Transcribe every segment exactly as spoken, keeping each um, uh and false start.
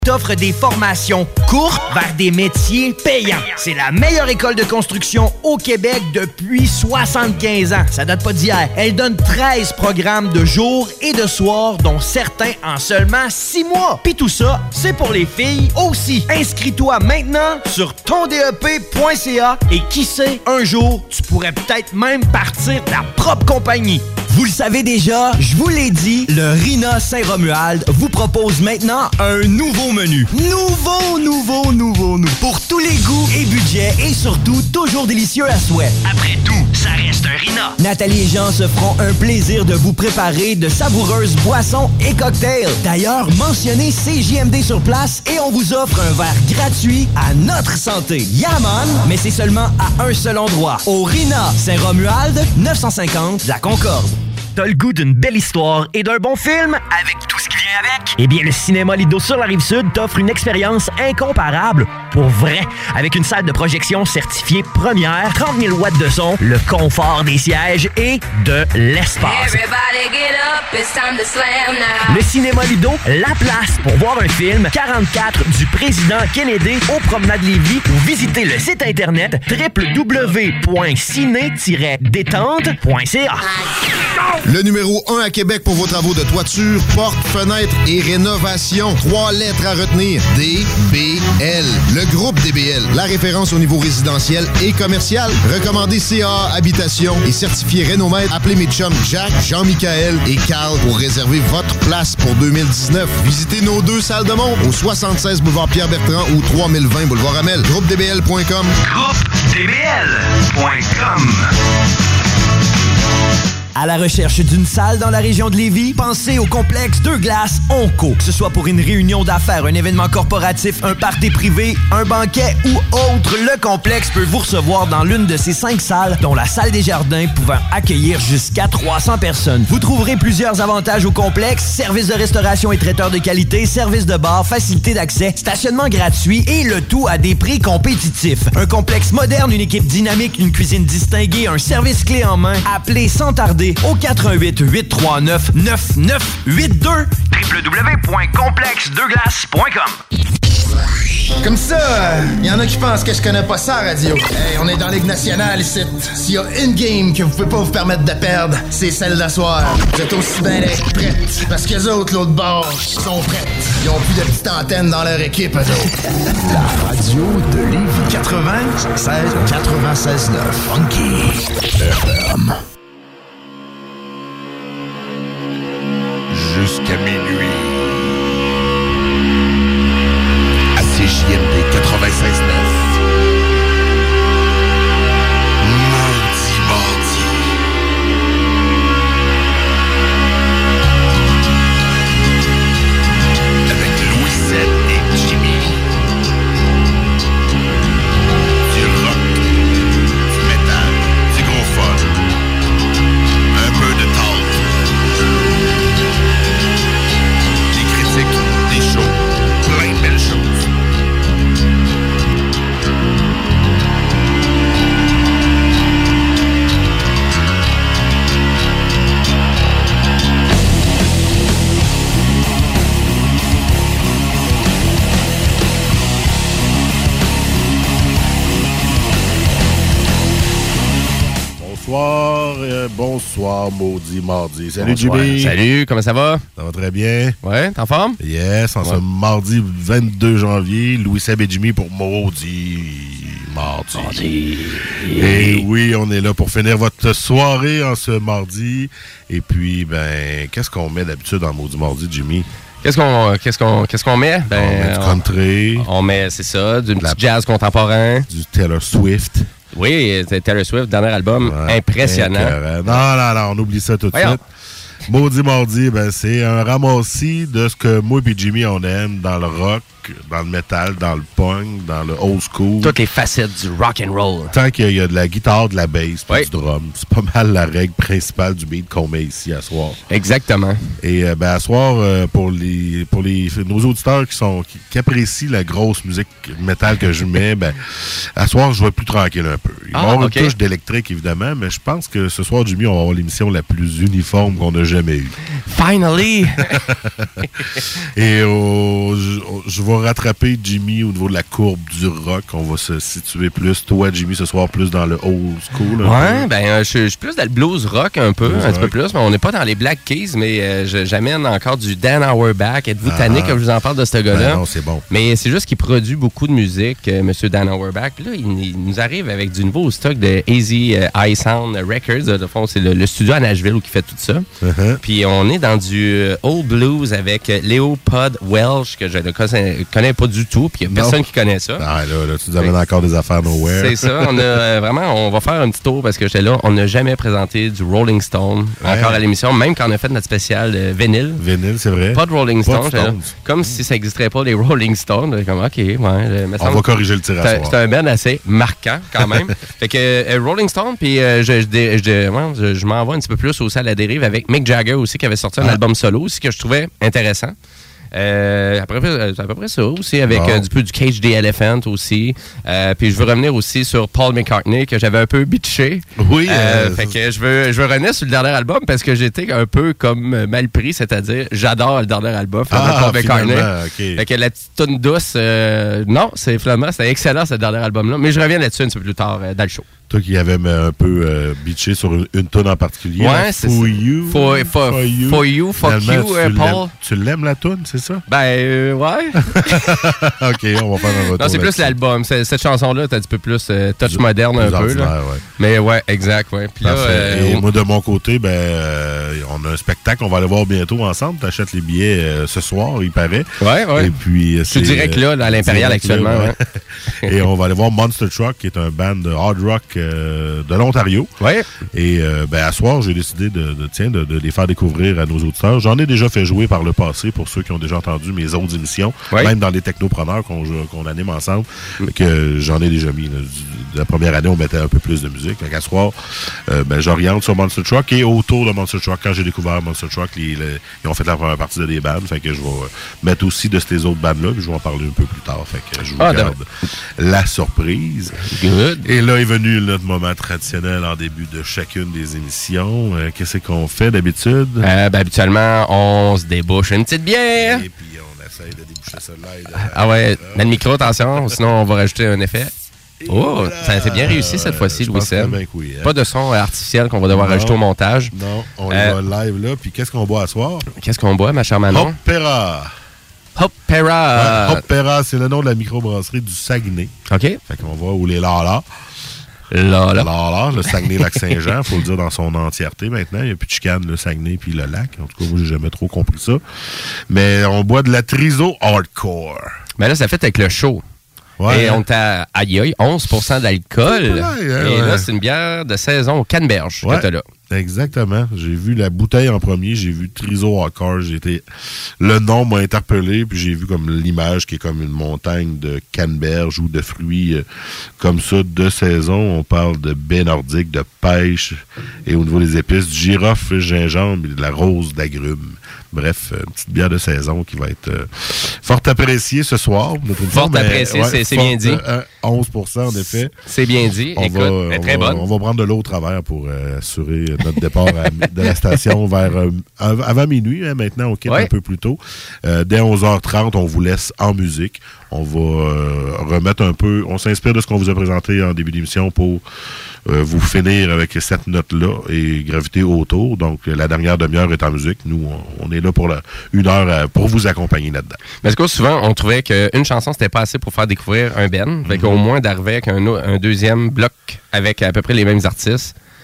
t'offre des formations courtes vers des métiers payants. C'est la meilleure école de construction au Québec depuis soixante-quinze ans. Ça date pas d'hier. Elle donne treize programmes de jour et de soir, dont certains en seulement six mois. Puis tout ça, c'est pour les filles aussi. Inscris-toi maintenant sur ton D E P point C A et qui sait, un jour, tu pourrais peut-être même partir ta propre compagnie. Vous le savez déjà, je vous l'ai dit, le R I N A Saint-Romuald vous propose maintenant un nouveau menu. Nouveau, nouveau, nouveau, nouveau. Pour tous les goûts et budgets et surtout toujours délicieux à souhait. Après tout, ça reste un R I N A. Nathalie et Jean se feront un plaisir de vous préparer de savoureuses boissons et cocktails. D'ailleurs, mentionnez C J M D sur place et on vous offre un verre gratuit à notre santé. Yaman, mais c'est seulement à un seul endroit. Au R I N A Saint-Romuald, neuf cent cinquante La Concorde. T'as le goût d'une belle histoire et d'un bon film avec tout ce qui vient avec? Eh bien, le Cinéma Lido sur la Rive-Sud t'offre une expérience incomparable pour vrai. Avec une salle de projection certifiée première, trente mille watts de son, le confort des sièges et de l'espace. Le Cinéma Lido, la place pour voir un film quarante-quatre du président Kennedy au Promenade Lévis ou visiter le site internet w w w point ciné tiret détente point c a. Le numéro un à Québec pour vos travaux de toiture, portes, fenêtres et rénovation. Trois lettres à retenir. D B L. Le groupe D B L. La référence au niveau résidentiel et commercial. Recommandé C A A Habitation et certifié Rénomètre. Appelez mes chums Jacques, Jean-Michaël et Carl pour réserver votre place pour deux mille dix-neuf. Visitez nos deux salles de monde au soixante-seize boulevard Pierre-Bertrand ou trois mille vingt boulevard Amel. groupe d b l point com. groupe d b l point com. À la recherche d'une salle dans la région de Lévis, pensez au complexe Deux Glaces Onco. Que ce soit pour une réunion d'affaires, un événement corporatif, un party privé, un banquet ou autre, le complexe peut vous recevoir dans l'une de ses cinq salles, dont la salle des jardins pouvant accueillir jusqu'à trois cents personnes. Vous trouverez plusieurs avantages au complexe: service de restauration et traiteur de qualité, service de bar, facilité d'accès, stationnement gratuit et le tout à des prix compétitifs. Un complexe moderne, une équipe dynamique, une cuisine distinguée, un service clé en main. Appelez sans tarder au quatre un huit, huit trois neuf, neuf neuf huit deux. w w w point complexe deux glaces point com. Comme ça, il euh, y en a qui pensent que je connais pas ça, radio. Hey, on est dans la Ligue nationale ici. S'il y a une game que vous pouvez pas vous permettre de perdre, c'est celle d'asseoir. Vous êtes aussi bien d'être prêtes. Parce qu'eux autres, l'autre bord, sont prêtes. Ils ont plus de petites antennes dans leur équipe, eux autres. La radio de Lévis. quatre-vingt-seize, quatre-vingt-seize neuf. Funky F M. Jusqu'à minuit. À C J M D quatre-vingt-seize neuf. Mardi, mardi. Avec Louis sept et Jimmy. Du rock, du métal, du gros fun. Un peu de talk. Des shows, plein de belles choses. Bonsoir, euh, bonsoir, maudit mardi. Salut, Bonsoir. Jimmy. Salut, comment ça va? Ça va très bien. Ouais, t'es en forme? Yes, en ouais. ce mardi vingt-deux janvier, Louis Seb et Jimmy pour maudit mardi. Mardi. Et oui, on est là pour finir votre soirée en ce mardi. Et puis, ben, qu'est-ce qu'on met d'habitude en maudit mardi, Jimmy? Qu'est-ce qu'on qu'est-ce qu'on qu'est-ce qu'on met? Ben, on met du country. On, on met, c'est ça, du petit jazz contemporain. Du Taylor Swift. Oui, Taylor Swift, dernier album, ouais, impressionnant. Incroyable. Non, non, non, on oublie ça tout de Voyons. suite. Maudit mardi, ben, c'est un ramassis de ce que moi et Jimmy, on aime dans le rock. dans le metal, dans le punk, dans le old school. Toutes les facettes du rock and roll. Tant qu'il y a de la guitare, de la bass, puis oui. du drum, c'est pas mal la règle principale du beat qu'on met ici à soir. Exactement. Et euh, ben à soir, euh, pour les pour les nos auditeurs qui sont qui, qui apprécient la grosse musique métal que je mets, ben à soir je vais plus tranquille un peu. Il va y ah, avoir okay. une touche d'électrique évidemment, mais je pense que ce soir Jimmy, on va avoir l'émission la plus uniforme qu'on a jamais eue. Finally. Et au, je, je vais rattraper Jimmy au niveau de la courbe du rock. On va se situer plus, toi Jimmy, ce soir plus dans le old school. Ouais, ben euh, je, je suis plus dans le blues rock un peu, blues un rock. petit peu plus, mais on n'est pas dans les Black Keys, mais euh, je, j'amène encore du Dan Auerbach. Êtes-vous ah, tanné que je vous en parle de ce gars-là? Ben non, c'est bon. Mais c'est juste qu'il produit beaucoup de musique, euh, M. Dan Auerbach. Là, il, il nous arrive avec du nouveau stock de Easy euh, Eye Sound Records. De fond, c'est le, le studio à Nashville où il fait tout ça. Uh-huh. Puis on est dans du euh, old blues avec Léo Pod Welsh, que je ne connais, connais pas du tout, puis il n'y a personne qui connaît ça. Ah, là, là, tu nous amènes encore des affaires nowhere. C'est ça. On a euh, vraiment, on va faire un petit tour parce que j'étais là. On n'a jamais présenté du Rolling Stone ouais. encore à l'émission, même quand on a fait notre spécial euh, vinyle. Vinyle, c'est vrai. Pas de Rolling pas Stone. Là, comme si ça n'existerait pas, les Rolling Stones. Comme, OK, ouais. On semble, va corriger le tir à soir. C'est un band assez marquant, quand même. Fait que euh, Rolling Stone, puis euh, je, je, je, ouais, je, je m'en vais un petit peu plus aussi à la dérive avec Mick Jagger aussi, qui avait sorti un ah. album solo aussi que je trouvais intéressant. Euh, après, c'est à peu près ça aussi, avec bon. euh, du peu du Cage the Elephant aussi. Euh, puis je veux revenir aussi sur Paul McCartney, que j'avais un peu bitché. Oui. Euh, euh, fait que je veux, je veux revenir sur le dernier album parce que j'étais un peu comme mal pris, c'est-à-dire j'adore le dernier album, ah, Paul McCartney. Okay. Fait que la petite toune douce, euh, non, c'est finalement, c'était excellent ce dernier album-là. Mais je reviens là-dessus un petit peu plus tard euh, dans le show. Toi qui avais un peu euh, bitché sur une, une toune en particulier. Ouais, c'est For ça. You. For, for, for you. For you, fuck you, euh, Paul. Tu l'aimes la toune, c'est ça? Ben, euh, ouais. OK, on va faire un retour. Non, c'est plus l'album. C'est, cette chanson-là, t'as un petit peu plus euh, touch du, moderne un peu. Là. Ouais. Mais ouais, exact, ouais. Puis là, euh, Et on... moi, de mon côté, ben, euh, on a un spectacle, on va aller voir bientôt ensemble. T'achètes les billets euh, ce soir, il paraît. Ouais, ouais. Et puis, je suis direct là, à l'Impérial actuellement. Là, ouais. Et on va aller voir Monster Truck, qui est un band de hard rock euh, de l'Ontario. Ouais. Et euh, ben, à soir, j'ai décidé de, de, tiens, de, de les faire découvrir à nos auditeurs. J'en ai déjà fait jouer par le passé pour ceux qui ont déjà entendu mes autres émissions, ouais. même dans les technopreneurs qu'on, qu'on anime ensemble, que j'en ai déjà mis. Là, du, de la première année, on mettait un peu plus de musique. Donc, à soir, euh, ben, j'oriente sur Monster Truck et autour de Monster Truck, quand j'ai découvert Monster Truck, les, les, ils ont fait la première partie de des bandes. Fait que je vais mettre aussi de ces autres bandes-là, puis je vais en parler un peu plus tard. Fait que je vous ah, garde la surprise. Good. Et là est venu notre moment traditionnel en début de chacune des émissions. Euh, qu'est-ce qu'on fait d'habitude? Euh, ben, habituellement, on se débouche une petite bière. Et puis on essaye de déboucher ça de l'aide. Ah ouais, dans le micro, attention, sinon on va rajouter un effet. Et oh, voilà. Ça a été bien réussi cette fois-ci, Louis Sem. Oui, hein? Pas de son artificiel qu'on va devoir non, rajouter au montage. Non, on euh, va live là. Puis qu'est-ce qu'on boit à soir? Qu'est-ce qu'on boit, ma chère Manon? Opéra. Opéra. Ouais, Opéra, c'est le nom de la microbrasserie du Saguenay. OK. Fait qu'on va où les Lala. Lala. Lala, le Saguenay-Lac-Saint-Jean, faut le dire dans son entièreté maintenant. Il n'y a plus de chicane, le Saguenay puis le lac. En tout cas, moi, j'ai jamais trop compris ça. Mais on boit de la Triso Hardcore. Mais là, ça fait avec le show. Ouais, et on t'a aïe aïe, onze pour cent d'alcool. Ouais, ouais, et là, ouais. c'est une bière de saison au Canneberge ouais, que t'as là. Exactement. J'ai vu la bouteille en premier, j'ai vu Triso Hardcore. J'ai été... Le nom m'a interpellé, puis j'ai vu comme l'image qui est comme une montagne de canneberge ou de fruits euh, comme ça de saison. On parle de baie nordique, de pêche, et au niveau des épices, du girofle, gingembre et de la rose d'agrumes. Bref, une petite bière de saison qui va être euh, fort appréciée ce soir. Fort appréciée, ouais, c'est, c'est bien dit. Euh, onze pour cent en effet. C'est bien dit. On Écoute, va, elle est on très va, bonne. On va prendre de l'eau au travers pour euh, assurer notre départ à, de la station vers euh, avant minuit. Hein, maintenant, on quitte ouais. un peu plus tôt. Euh, dès onze heures trente, on vous laisse en musique. On va euh, remettre un peu... On s'inspire de ce qu'on vous a présenté en début d'émission pour euh, vous finir avec cette note-là et graviter autour. Donc, la dernière demi-heure est en musique. Nous, on, on est là pour la, une heure à, pour vous accompagner là-dedans. Parce que souvent, on trouvait qu'une chanson, c'était pas assez pour faire découvrir un band. Mm-hmm. Fait qu'au moins, d'arriver avec un, un deuxième bloc avec à peu près les mêmes artistes,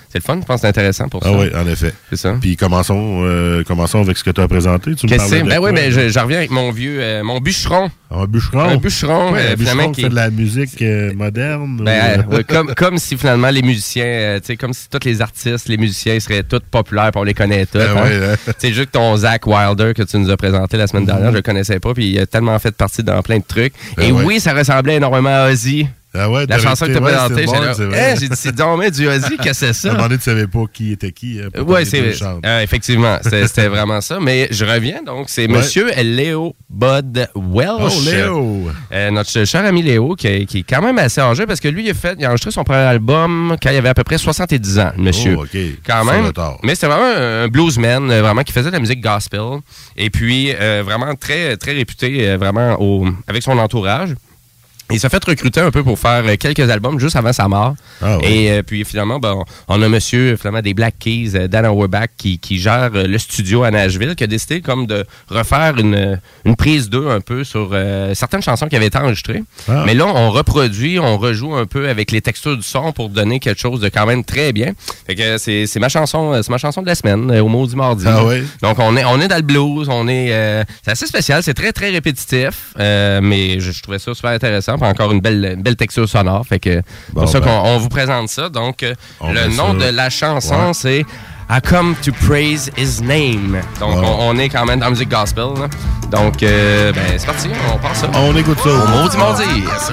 c'est le fun, je pense que c'est intéressant pour ça. Ah oui, en effet. C'est ça. Puis commençons, euh, commençons avec ce que tu as présenté. Tu me Qu'est-ce que parlais c'est? de Ben quoi, oui, ben, là? je, je reviens avec mon vieux, euh, mon bûcheron. Un bûcheron? Un bûcheron. Ouais, euh, un bûcheron qui qui fait de la musique euh, moderne. Ben, ou... euh, ouais, comme, comme si finalement les musiciens, euh, tu sais, comme si tous les artistes, les musiciens seraient tous populaires, puis on les connaît tous. Ben hein. ouais, hein. Tu sais, juste ton Zach Wilder que tu nous as présenté la semaine dernière, je le connaissais pas, puis il a tellement fait partie dans plein de trucs. Ben Et ouais. oui, ça ressemblait énormément à Ozzy. Ah ouais, La chanson que tu as ouais, présentée, c'est bon, j'ai là, c'est vrai. hey, j'ai dit, c'est donc mais du Ozzy, qu'est-ce que c'est ça? À un moment donné, tu savais pas qui était qui. Hein, Oui, c'est euh, effectivement, c'était, c'était vraiment ça. Mais je reviens, donc, c'est Ouais. Monsieur Léo Bud Welsh. Oh, Léo! Euh, notre cher ami Léo, qui est, qui est quand même assez âgé, parce que lui, il a, fait, il a enregistré son premier album quand il avait à peu près soixante-dix ans, monsieur. Oh, OK. Quand Sur même. le tard. Mais c'était vraiment un bluesman, euh, vraiment, qui faisait de la musique gospel. Et puis, euh, vraiment très, très réputé, euh, vraiment, au, avec son entourage. Il s'est fait recruter un peu pour faire quelques albums juste avant sa mort. Ah, ouais. Et euh, puis finalement, ben, on a monsieur finalement, des Black Keys, euh, Dan Auerbach, qui, qui gère euh, le studio à Nashville, qui a décidé comme de refaire une, une prise d'eux un peu sur euh, certaines chansons qui avaient été enregistrées. Ah. Mais là, on reproduit, on rejoue un peu avec les textures du son pour donner quelque chose de quand même très bien. Fait que c'est, c'est ma chanson, c'est ma chanson de la semaine, euh, au Maudit Mardi. Ah ouais? Donc on est, on est dans le blues, on est, euh, c'est assez spécial, c'est très très répétitif, euh, mais je, je trouvais ça super intéressant. Puis encore une belle, une belle texture sonore. Fait que Bon, pour ça ben, qu'on on vous présente ça. Donc, euh, on le met nom ça. de la chanson, Ouais. c'est I Come to Praise His Name. Donc, Bon. on, on est quand même dans la musique gospel. Là. Donc, euh, ben, c'est parti, on part ça. On écoute ça. Au Maudit Mardi. Yes, sir.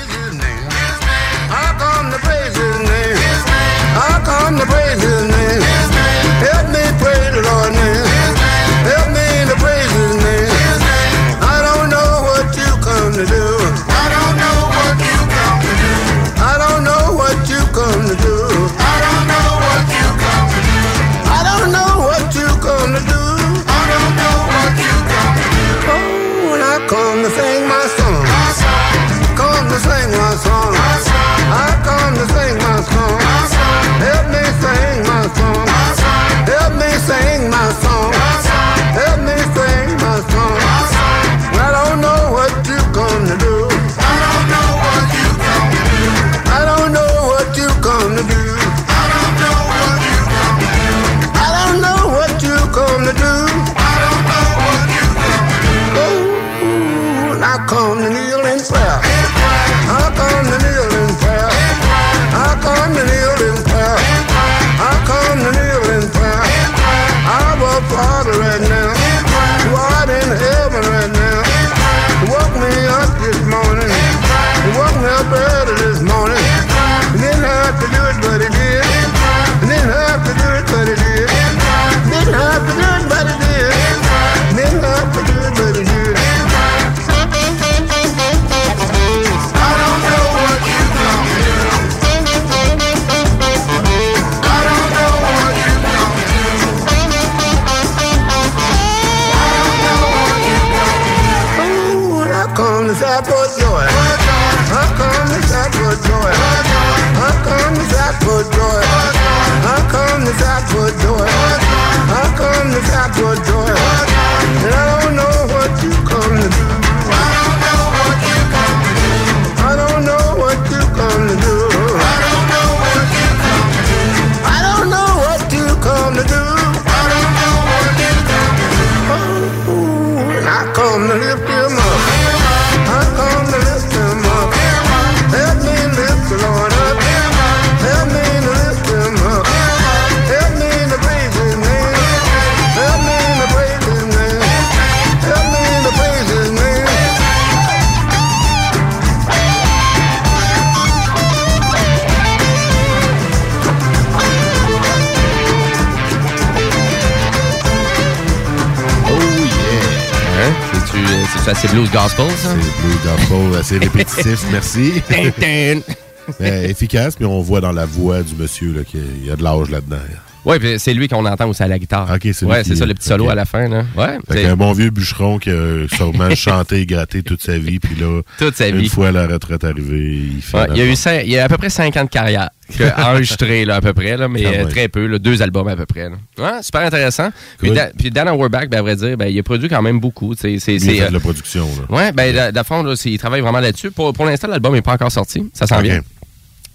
I come to praise His name. I come to praise His name. Help me praise the Lord's name. Help me to praise His name. I don't know what you come to do. I don't know what you come to do. I don't know what you come to do. I don't know what you come to do. I don't know what you come to do. I don't know what you come to do. Oh, and I come to sing my song. My song. Come to sing my song. My song. I come to sing my song. My song. Help me sing my song. My song. Help me sing my song. My song. Help me sing my song. My song. I don't know what you gonna do. I don't know what you gonna do. I don't know what you gonna do. I don't know what you gonna do. I don't know what you gonna do. I don't know what you gonna do. Oh, and I come to kneel in prayer. I come to kneel in prayer. I come to kneel in prayer. I come to kneel in prayer. Our Father right now, who art in heaven right now, woke me up this morning. He woke me up early this morning. He didn't have to do it, but he did. He didn't have to do it, but he did. He didn't have to do it, but he did. He didn't have to do it, but he did. I don't know what you gonna do. I don't know what you gonna do. I don't know what you gonna do. Oh, and I come to shout for joy. I come to shout for joy. I come to shout for joy. I come to shout for joy. I come to shout for joy. And I don't know what you come to do. I don't know what you come to do. I don't know what you come to do. I don't know what you come to do. I don't know what you come to do. I don't know what you come to do. Oh, and I come to lift him up. I come to lift him up. Help me lift the Lord up. Help me to lift him up. Help me to praise His name. Help me to praise His name. Help me to praise His name. Hein? C'est-tu, euh, c'est-tu assez blues gospel, ça? C'est Blue Gospel, assez répétitif, merci. Tin, tin. Mais efficace, puis on voit dans la voix du monsieur là, qu'il y a de l'âge là-dedans. Oui, puis c'est lui qu'on entend aussi à la guitare. Ok, c'est lui ouais, qui- c'est ça, le petit solo ok. à la fin. Là. Ouais, Fait c'est- qu'un bon vieux bûcheron qui a sûrement chanté et gratté toute sa vie, puis là, Toute sa une vie. fois la retraite arrivée, il fait... Ouais, il, y a eu n'importe- cinq- il y a à peu près cinq ans de carrière qu'il a enregistré là, à peu près, là, mais Quand euh, même. très peu, là, deux albums à peu près. Là. Ouais, super intéressant. Puis, Cool. Da- puis Dan Auerbach, ben, à vrai dire, ben, il a produit quand même beaucoup. C'est, c'est, Il c'est, a fait euh, de la production, là. ouais, ben, de, de fond, là, c'est- il travaille vraiment là-dessus. Pour, pour l'instant, l'album n'est pas encore sorti. Ça s'en Ok. vient.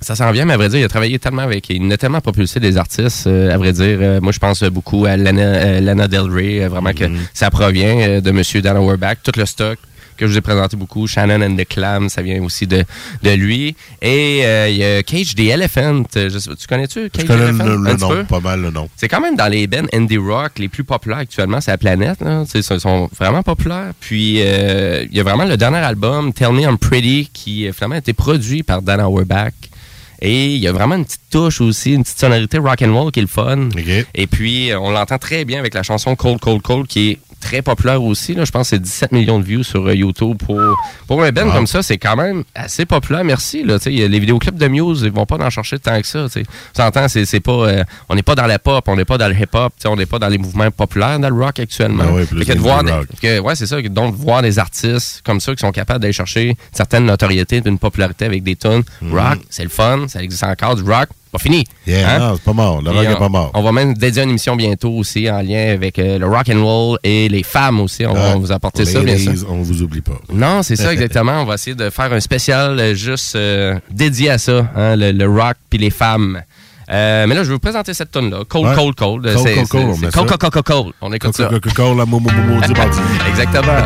Ça s'en vient, mais à vrai dire, il a travaillé tellement avec... Il a tellement propulsé des artistes, euh, à vrai dire. Euh, moi, je pense beaucoup à Lana, euh, Lana Del Rey, euh, vraiment mm-hmm. que ça provient euh, de M. Dan Auerbach. Tout le stock que je vous ai présenté beaucoup, Shannon and the Clams, ça vient aussi de, de lui. Et euh, il y a Cage the Elephant. Je sais, tu connais-tu Cage je connais the Elephant? Le, le nom, peu? Pas mal le nom. C'est quand même dans les bands indie rock les plus populaires actuellement, c'est la planète. Ils sont vraiment populaires. Puis, euh, il y a vraiment le dernier album, Tell Me I'm Pretty, qui euh, finalement a été produit par Dan Auerbach. Et il y a vraiment une petite touche aussi, une petite sonorité rock'n'roll qui est le fun. Okay. Et puis, on l'entend très bien avec la chanson Cold, Cold, Cold, qui est très populaire aussi. Là. Je pense que c'est dix-sept millions de views sur uh, YouTube. Pour, pour un band wow. comme ça, c'est quand même assez populaire. Merci. Là, y a les vidéoclips de Muse, ils vont pas en chercher tant que ça. T'sais. Tu entends, c'est, c'est pas, euh, on n'est pas dans la pop, on n'est pas dans le hip-hop, on n'est pas dans les mouvements populaires dans le rock actuellement. Ah oui, plus que de voir des, que, ouais, c'est ça. Donc, voir des artistes comme ça qui sont capables d'aller chercher une certaine notoriété, d'une popularité avec des tunes mm. rock, c'est le fun, ça existe encore du rock. Pas fini. Yeah, hein? Non, c'est pas mort. Le rock on, est pas mort. On va même dédier une émission bientôt aussi en lien avec euh, le rock and roll et les femmes aussi. On ah, va vous apporter ça, bien sûr. On vous oublie pas. Non, c'est ça exactement. On va essayer de faire un spécial euh, juste euh, dédié à ça, hein, le, le rock puis les femmes. Euh, mais là, je vais vous présenter cette tune là Cold, ouais. Cold, Cold. Cold, c'est, cold, c'est, cold. C'est Cold, Cold, Cold, Cold. On écoute cold, ça. Cold, Cold, la momo, momo, dit parti. Exactement.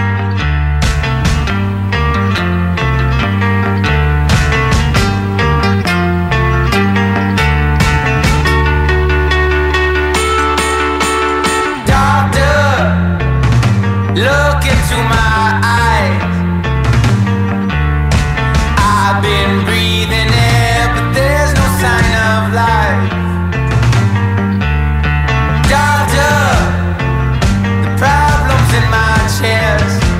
Look into my eyes. I've been breathing air, but there's no sign of life. Doctor, the problem's in my chest.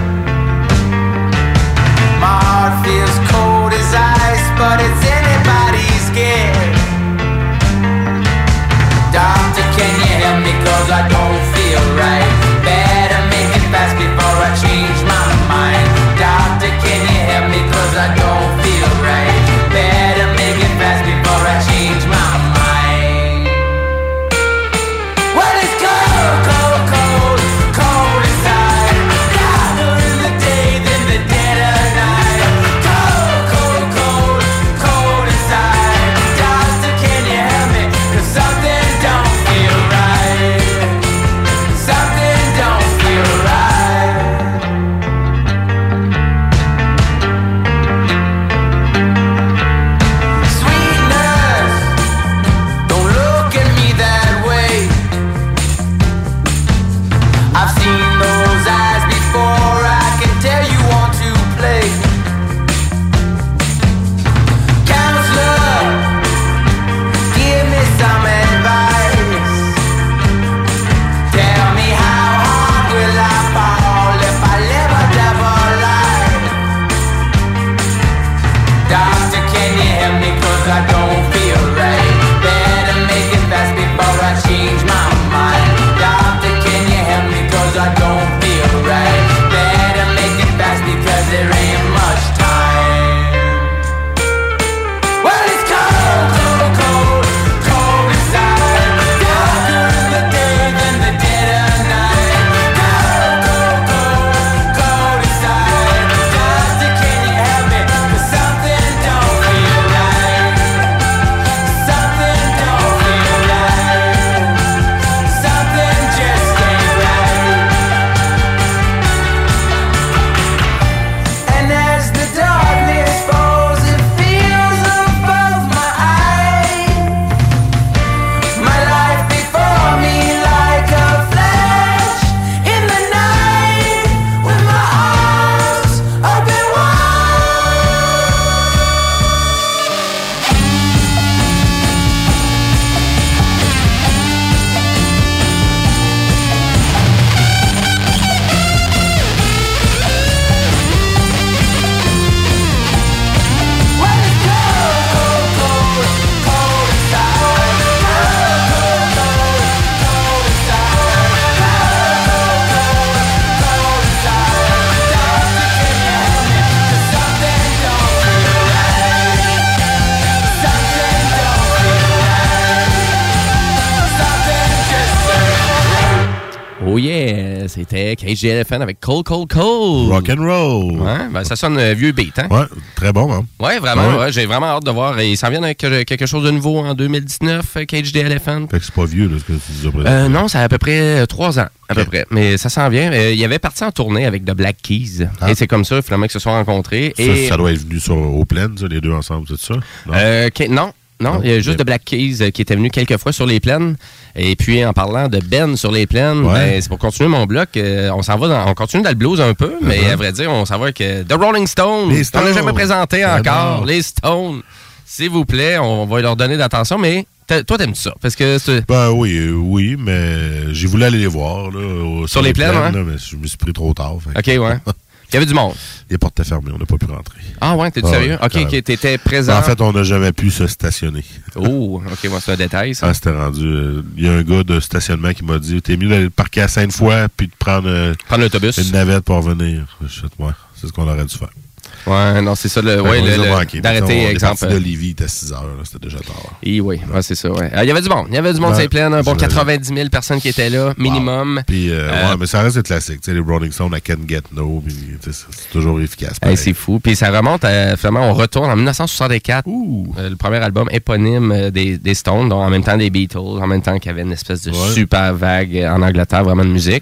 c'était Cage the Elephant avec Cold, Cold, Cold. Rock and roll. Ouais, ben ça sonne euh, vieux beat, hein? Ouais, très bon, hein? Ouais, vraiment, ouais. ouais, j'ai vraiment hâte de voir. Ils s'en viennent avec euh, quelque chose de nouveau en deux mille dix-neuf, euh, Cage the Elephant. Fait que c'est pas vieux, là, ce que tu disais. Euh, non, ça a à peu près trois ans, à okay. peu près. Mais ça s'en vient. Euh, il avait parti en tournée avec The Black Keys. Ah. Et c'est comme ça, finalement, qu'ils se sont rencontrés. Ça, et... ça doit être venu sur, au Plaines, ça, les deux ensemble, c'est ça? Non, euh, que, non. Non, il y a juste de Black Keys euh, qui était venu quelques fois sur les plaines. Et puis, en parlant de Ben sur les plaines, ouais. ben, c'est pour continuer mon bloc. Euh, on s'en va dans, on continue dans le blues un peu, uh-huh. mais à vrai dire, on s'en va avec euh, The Rolling Stones. Les Stones. On l'a jamais présenté ah encore. Non. Les Stones. S'il vous plaît, on va leur donner d'attention, mais toi, t'aimes-tu ça? Parce que c'est... Ben oui, euh, oui, mais j'ai voulu aller les voir. Là, au, sur, sur les, les plaines, plaines hein? là, mais je me suis pris trop tard. Fait. OK, ouais. Il y avait du monde. Les portes étaient fermées, on n'a pas pu rentrer. Ah ouais, t'es-tu ah, sérieux? OK, OK, t'étais présent. En fait, on n'a jamais pu se stationner. Oh, OK, moi, c'est un détail, ça. Ah, c'était rendu... Il euh, y a un gars de stationnement qui m'a dit, t'es mieux d'aller parquer à Sainte-Foy puis de prendre, euh, prendre l'autobus. Une navette pour revenir. Ouais, c'est ce qu'on aurait dû faire. Ouais, non, c'est ça. Le, ouais, le, le, d'arrêter, on exemple. de Lévis, était six heures, là, c'était déjà tard. Et oui, ouais, c'est ça. Ouais. Il y avait du monde. Il y avait du monde, ouais, c'est plein. Un bon quatre-vingt-dix mille personnes qui étaient là, minimum. Wow. Puis, euh, euh, ouais, mais ça reste des classiques. Les Rolling Stones, I Can't Get No, puis, c'est toujours efficace. Hey, c'est fou. Puis ça remonte à, finalement, on retourne en dix-neuf cent soixante-quatre. Euh, le premier album éponyme des, des Stones, donc en même temps des Beatles, en même temps qu'il y avait une espèce de ouais. super vague en Angleterre, vraiment de musique.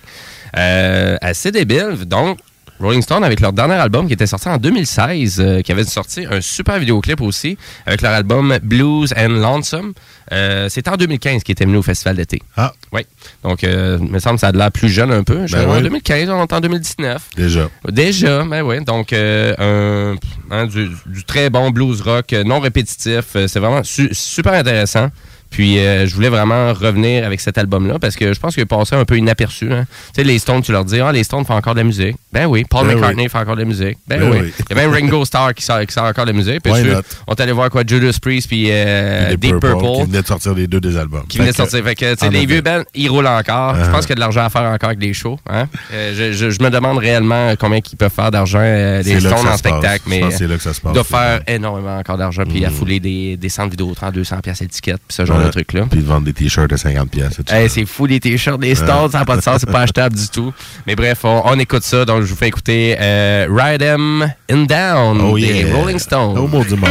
Euh, assez débile. Donc, Rolling Stone avec leur dernier album qui était sorti en deux mille seize, euh, qui avait sorti un super vidéoclip aussi avec leur album Blues and Lonesome. Euh, c'était en deux mille quinze qu'ils étaient venus au Festival d'été. Ah. Oui. Donc, euh, il me semble que ça a l'air plus jeune un peu. Je ben suis oui. En deux mille quinze, on est en deux mille dix-neuf. Déjà. Déjà, ben oui. Donc, euh, un, hein, du, du très bon blues rock non répétitif. C'est vraiment su- super intéressant. Puis, euh, je voulais vraiment revenir avec cet album-là parce que je pense qu'il est passé un peu inaperçu. Hein. Tu sais, les Stones, tu leur dis, ah, les Stones font encore de la musique. Ben oui. Paul ben McCartney oui. fait encore de la musique. Ben, ben oui. oui. Il y a même Ringo Starr qui sort, qui sort encore de la musique. Puis, tu, on est allé voir quoi, Judas Priest puis euh, Deep Purple, Purple. Qui venait de sortir les deux des albums. Qui venait de sortir. Fait que, tu sais, les vieux bands, ils roulent encore. Uh-huh. Je pense qu'il y a de l'argent à faire encore avec des shows. Hein. Euh, je, je, je me demande réellement combien ils peuvent faire d'argent, euh, les Stones en spectacle. Mais c'est là que ça se passe. Ils doivent faire énormément encore d'argent. Puis, à fouler des, des centres vidéo trente, deux cents piastres l'étiquette. Puis, ce genre de truc-là. Des t-shirts à cinquante piastres. Hey, c'est fou, les t-shirts des Stones, ça n'a pas de sens, c'est pas achetable du tout. Mais bref, on, on écoute ça, donc je vous fais écouter euh, Ride 'em in Down oh, des yeah. Rolling Stones. Au mot du monde.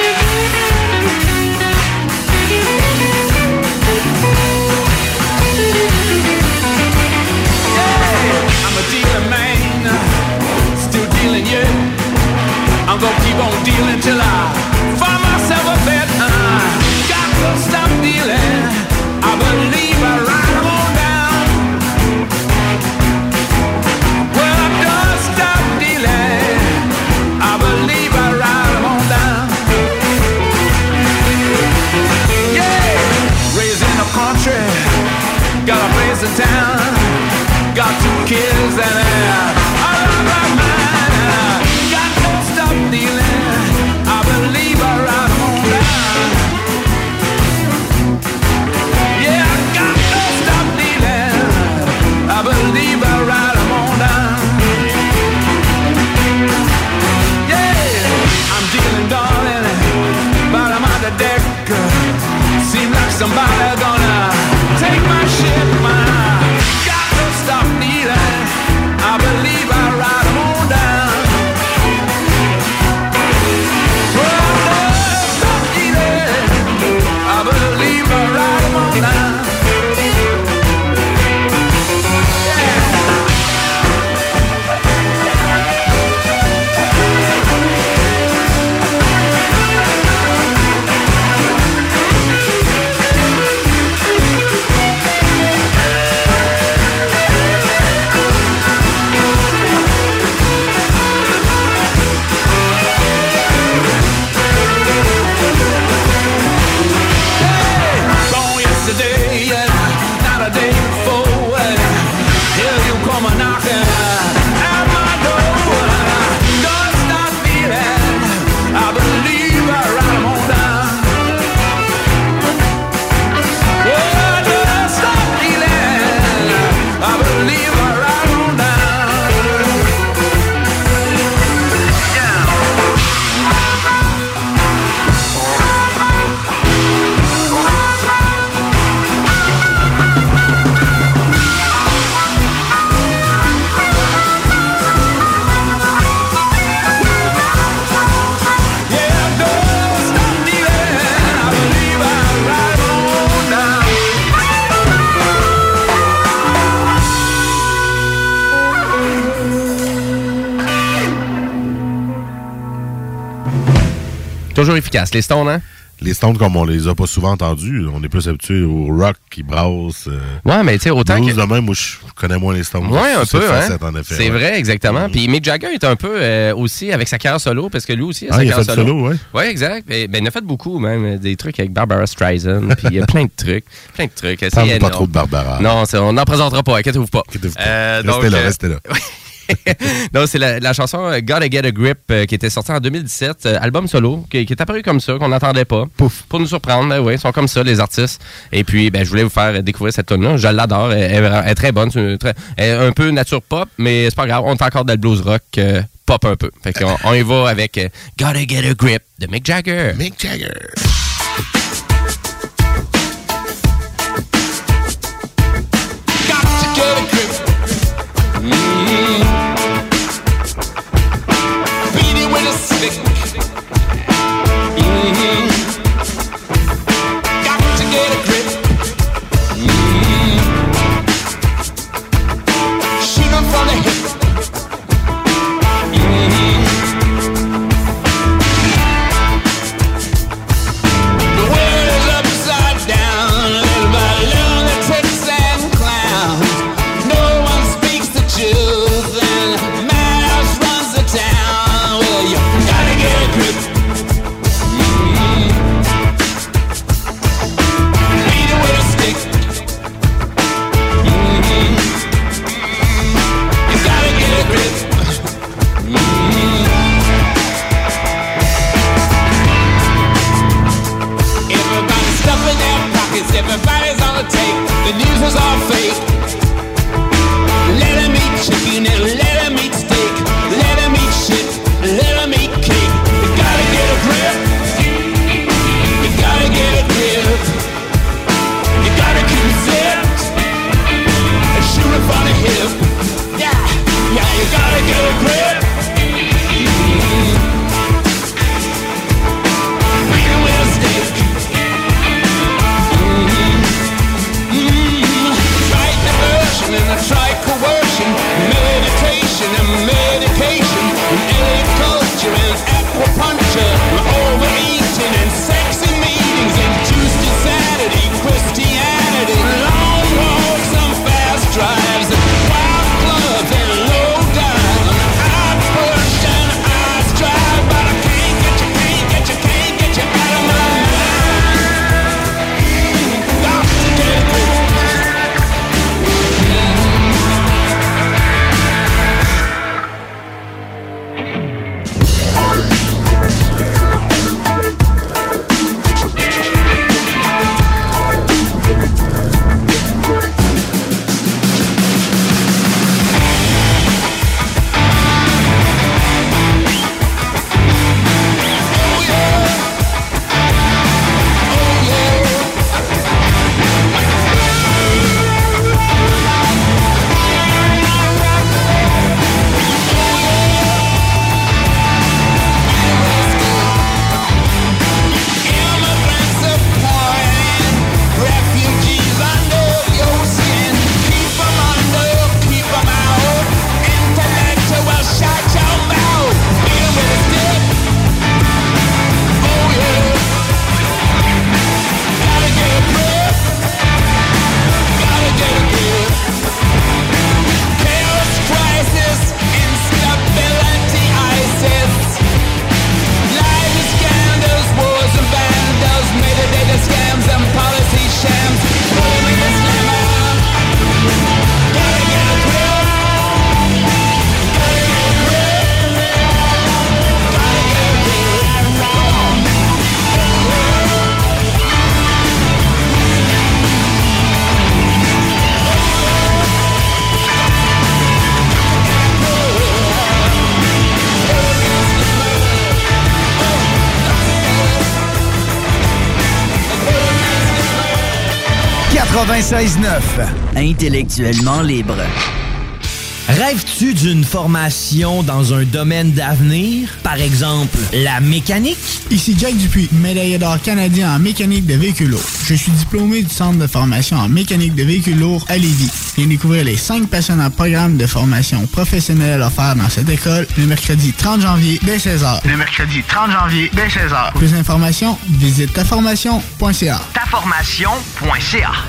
I'm gonna keep on dealing till I find myself a bed. Uh, got to stop dealing. I believe I ride 'em on down. Well, I don't stop dealing. I believe I ride 'em on down. Yeah, raised in the country, got a place in town, got two kids and uh, I love my mind. Got to stop dealing. I believe Toujours efficace. Les Stones, hein? Les Stones, comme on les a pas souvent entendus, on est plus habitué au rock qui brasse. Euh, ouais, mais tu sais, autant blues que... de même, moi, je connais moins les Stones. Ouais, un peu, hein? En effet, c'est ouais. vrai, exactement. Mm-hmm. Puis Mick Jagger est un peu euh, aussi avec sa carrière solo, parce que lui aussi a ah, sa il carrière a fait solo. solo, ouais. Ouais, exact. Et, ben, il a fait beaucoup, même, des trucs avec Barbara Streisand, puis il y a plein de trucs. Plein de trucs. Parle c'est pas trop de Barbara. Non, on n'en présentera pas, inquiétez-vous pas. Inquiétez-vous pas. Euh, restez donc, là, euh, restez là. Non, c'est la, la chanson Gotta Get a Grip euh, qui était sortie en deux mille dix-sept, euh, album solo, qui, qui est apparu comme ça, qu'on n'attendait pas. Pouf. Pour nous surprendre, ben oui, ils sont comme ça, les artistes. Et puis, ben, je voulais vous faire découvrir cette tune-là. Je l'adore, elle, elle, elle est très bonne, c'est une, très, elle est un peu nature pop, mais c'est pas grave, on est encore dans le blues rock euh, pop un peu. Fait qu'on on y va avec euh, Gotta Get a Grip de Mick Jagger. Mick Jagger. Everybody's on the take. The news is all fake. Let them eat chicken and let them eat steak. Let them eat shit, let them eat cake. You gotta get a grip. You gotta get a grip. You gotta keep it zipped and shoot it from the hip. Yeah, yeah, you gotta get a grip. Beat it with a stick. And I try coercion, meditation and medication, and alien culture and acupuncture, overeating and sexy meetings, and Tuesday, Saturday, Christianity, long walks and fast drives, and wild clubs and low dives. I push and I strive, but I can't get you, can't get you, can't get you out of my mind. Got to get it through. quatre-vingt-seize neuf, intellectuellement libre. Rêves-tu d'une formation dans un domaine d'avenir? Par exemple, la mécanique? Ici Jack Dupuis, médaillé d'or canadien en mécanique de véhicules lourds. Je suis diplômé du Centre de formation en mécanique de véhicules lourds à Lévis. Viens découvrir les cinq passionnants programmes de formation professionnelle offerts dans cette école le mercredi trente janvier dès seize heures. Le mercredi trente janvier dès seize heures. Plus d'informations, visite taformation point c a. taformation point c a.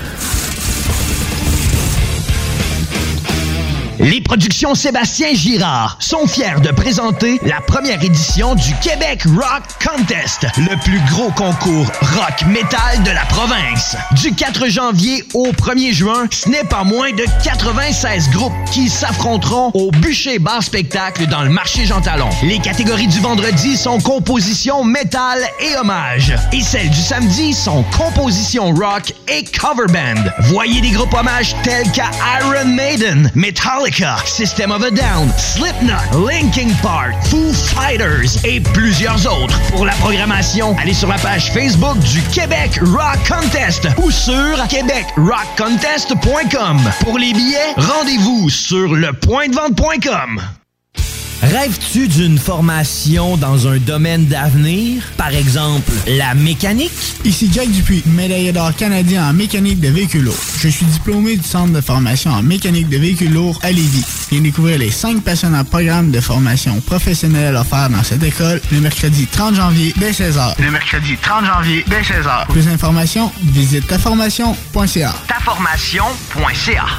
Les productions Sébastien Girard sont fiers de présenter la première édition du Québec Rock Contest, le plus gros concours rock metal de la province. Du quatre janvier au premier juin, ce n'est pas moins de quatre-vingt-seize groupes qui s'affronteront au Bûcher Bar Spectacle dans le marché Jean Talon. Les catégories du vendredi sont composition métal et hommage, et celles du samedi sont composition rock et cover band. Voyez des groupes hommages tels qu'à Iron Maiden, Metallica, System of a Down, Slipknot, Linkin Park, Foo Fighters et plusieurs autres. Pour la programmation, allez sur la page Facebook du Québec Rock Contest ou sur québec rock contest point com. Pour les billets, rendez-vous sur le point de vente point com. Rêves-tu d'une formation dans un domaine d'avenir? Par exemple, la mécanique? Ici Jack Dupuis, médaillé d'or canadien en mécanique de véhicules lourds. Je suis diplômé du Centre de formation en mécanique de véhicules lourds à Lévis. Viens découvrir les cinq passionnants programmes de formation professionnelle offerts dans cette école le mercredi trente janvier dès seize heures. Le mercredi trente janvier dès seize heures. Plus d'informations, visite taformation point c a. taformation point c a.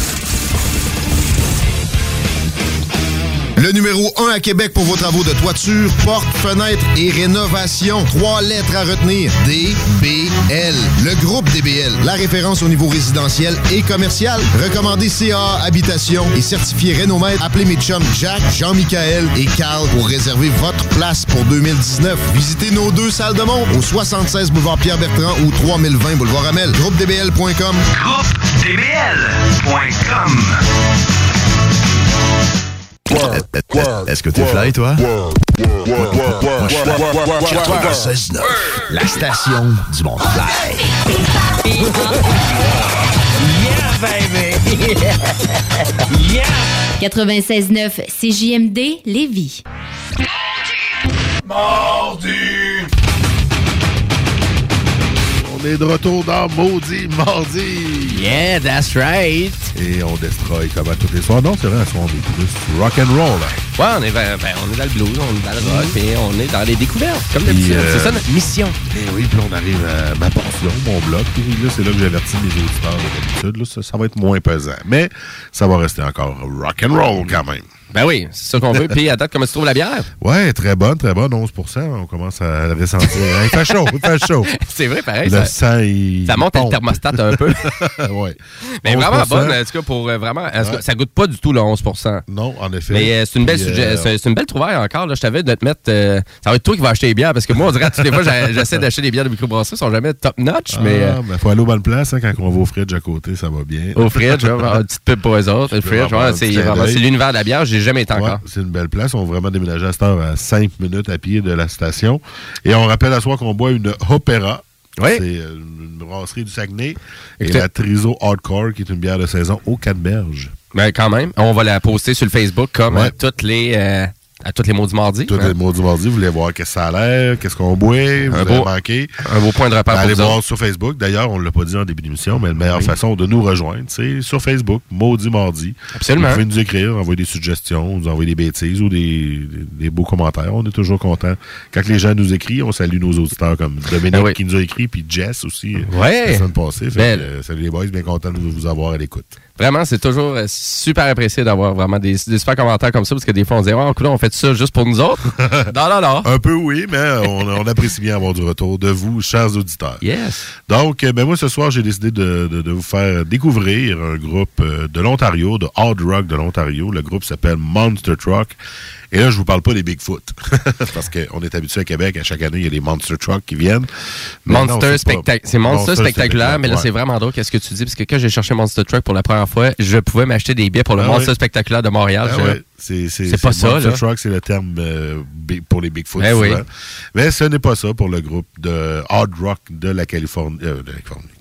Le numéro un à Québec pour vos travaux de toiture, portes, fenêtres et rénovation. Trois lettres à retenir. D B L. Le groupe D B L. La référence au niveau résidentiel et commercial. Recommandé C A A Habitation et certifié Rénomètre. Appelez mes chums Jack, Jean-Michaël et Carl pour réserver votre place pour deux mille dix-neuf. Visitez nos deux salles de montre au soixante-seize boulevard Pierre-Bertrand ou trois mille vingt boulevard Amel. groupe d b l point com. groupe d b l point com. Est-ce que t'es fly, toi? quatre-vingt-seize neuf, la station du monde fly. Yeah, baby! Yeah! quatre-vingt-seize neuf C J M D Lévis. Mardi! On est de retour dans Maudit Mardi! Yeah, that's right! Et on destroy comme à tous les soirs. Non, c'est vrai, à ce soir, on est plus rock and roll. Hein. Ouais, on est, ben, on est dans le blues, on est dans le rock, et on est dans les découvertes, comme d'habitude. Euh, c'est ça notre mission. Et oui, puis on arrive à ma portion, mon bloc. Puis là, c'est là que j'avertis mes auditeurs d'habitude. Là, ça, ça va être moins pesant. Mais ça va rester encore rock and roll quand même. Ben oui, c'est ça qu'on veut. Puis à date, comment tu trouves la bière? Ouais, très bonne, très bonne, onze pour cent. On commence à la ressentir. Il fait chaud, il fait chaud. C'est vrai, pareil. Le ça, sang, il ça monte pompe. le thermostat un peu. Ouais. Mais onze pour cent. vraiment bonne, en tout cas, pour euh, vraiment. En tout cas, ça goûte pas du tout le onze pour cent. Non, en effet. Mais euh, c'est une belle Puis, sujet, euh, c'est, c'est une belle trouvaille encore. Là. Je t'avais de te mettre. Euh, ça va être toi qui vas acheter les bières parce que moi, on dirait que toutes les fois, j'ai- j'essaie d'acheter des bières de microbrasserie, elles sont jamais top notch. Ah, mais euh, mais faut aller aux bonnes places hein, quand on va au fridge à côté, ça va bien. au fridge, là, une petite pub pour eux autres. Le peux fridge, avoir ouais, un c'est, petit clin vraiment, d'œil. c'est l'univers de la bière. J'ai jamais été Ouais, encore. c'est une belle place. On va vraiment déménager à cette heure à cinq minutes à pied de la station. Et on rappelle à soir qu'on boit une Opéra. Oui. C'est euh, une brasserie du Saguenay. Écoutez. Et la Triso Hardcore, qui est une bière de saison au Canneberge. Ben quand même, on va la poster sur le Facebook comme Ouais. à toutes les euh, à toutes les mots du mardi. Tous hein. les mots du mardi, vous voulez voir qu'est-ce que ça a l'air, qu'est-ce qu'on boit, vous avez beau- manqué. Un beau point de repère pour Allez vous voir autres. sur Facebook. D'ailleurs, on ne l'a pas dit en début d'émission, mais la meilleure Oui. façon de nous rejoindre, c'est sur Facebook, Maudit Mardi. Absolument. Vous pouvez nous écrire, envoyer des suggestions, nous envoyer des bêtises ou des, des, des beaux commentaires. On est toujours contents. Quand les gens nous écrivent, on salue nos auditeurs comme Dominique Ah oui. qui nous a écrit, puis Jess aussi, Ouais. la semaine passée. Fait Belle. que, euh, salut les boys, bien content de vous avoir à l'écoute. Vraiment, c'est toujours euh, super apprécié d'avoir vraiment des, des super commentaires comme ça parce que des fois on dit oh, écoute, on fait ça juste pour nous autres. non, non, non. Un peu oui, mais on, on apprécie bien avoir du retour de vous, chers auditeurs. Yes. Donc, euh, ben moi, ce soir, j'ai décidé de, de, de vous faire découvrir un groupe euh, de l'Ontario, de hard rock de l'Ontario. Le groupe s'appelle Monster Truck. Et là, je vous parle pas des Bigfoot. Parce qu'on est habitué à Québec, à chaque année, il y a les Monster Truck qui viennent. Mais non, Monster c'est spectac- pas- c'est Monster spectaculaire, mais là ouais. c'est vraiment drôle qu'est-ce que tu dis parce que quand j'ai cherché Monster Truck pour la première fois, je pouvais m'acheter des billets pour le Ah Monster ouais. spectaculaire de Montréal. Ah Je- ouais. C'est, c'est, C'est pas ça, Monster là. Truck, c'est le terme euh, big- pour les Bigfoot. Ben souvent. oui. Mais ce n'est pas ça pour le groupe de hard rock de la Californie. euh, de la Californie.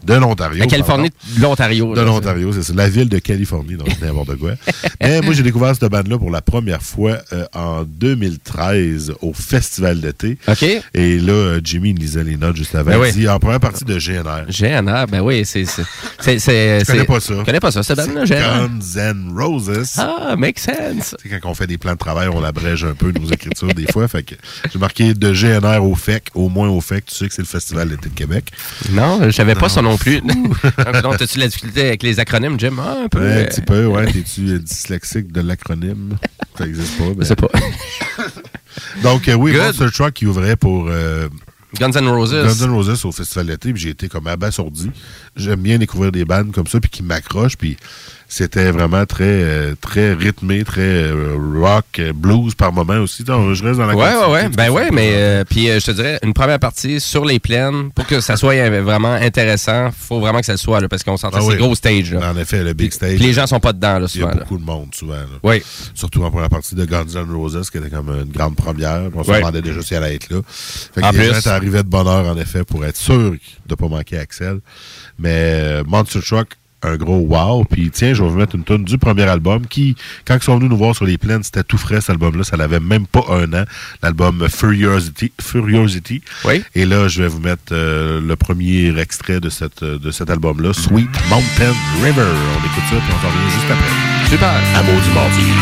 De l'Ontario. La Californie, de l'Ontario. De l'Ontario, c'est ça. La ville de Californie, donc n'importe quoi. Mais moi, j'ai découvert cette bande-là pour la première fois euh, en deux mille treize au Festival d'été. OK. Et là, euh, Jimmy il lisait les notes juste avant. Ben il oui. dit en première partie de G N R. G N R, ben oui, c'est... c'est, c'est, c'est Je connais c'est- pas ça. Je connais pas ça, cette bande-là, G N R. Guns N' Roses. Ah, make sense. Tu sais, quand on fait des plans de travail, on abrège un peu nos écritures des fois. Fait que j'ai marqué de G N R au F E C, au moins au F E C. Tu sais que c'est le Festival d'été de Québec. Non, je savais pas Non. ça non plus. Donc, as-tu la difficulté avec les acronymes, Jim? Ah, un peu. Ouais, un euh, petit peu, ouais. T'es-tu euh, dyslexique de l'acronyme? Ça n'existe pas. Je sais pas. Donc, euh, oui, Good. Monster Truck qui ouvrait pour euh, Guns N' Roses. Guns N' Roses au Festival d'été, puis j'ai été comme abasourdi. J'aime bien découvrir des bandes comme ça, puis qui m'accrochent, puis c'était vraiment très euh, très rythmé, très euh, rock, euh, blues par moment aussi. Donc, je reste dans la Ouais, ouais, continuité ouais. de Ben ce ouais, que mais ça euh, puis euh, je te dirais, une première partie sur les plaines, pour que ça soit euh, vraiment intéressant, faut vraiment que ça le soit, là, parce qu'on s'entend, Ah c'est oui. gros stage. Là. En effet, le big stage. Puis les gens sont pas dedans, là, Il y souvent. a Là. beaucoup de monde, souvent. Là. Oui. Surtout en première partie de Guns N' Roses, qui était comme une grande première. On se Ouais. demandait déjà si elle allait être là. Fait que En les plus. gens étaient arrivés de bonne heure, en effet, pour être sûr de ne pas manquer Axel. Mais euh, Monster Truck, un gros wow. Puis tiens, je vais vous mettre une tonne du premier album qui, quand ils sont venus nous voir sur les plaines, c'était tout frais, cet album-là. Ça n'avait même pas un an. L'album Furiosity. Furiosity. Oui. Et là, je vais vous mettre euh, le premier extrait de, cette, de cet album-là, Sweet Mountain River. On écoute ça, puis on s'en revient juste après. Super. À Maudit Mardi.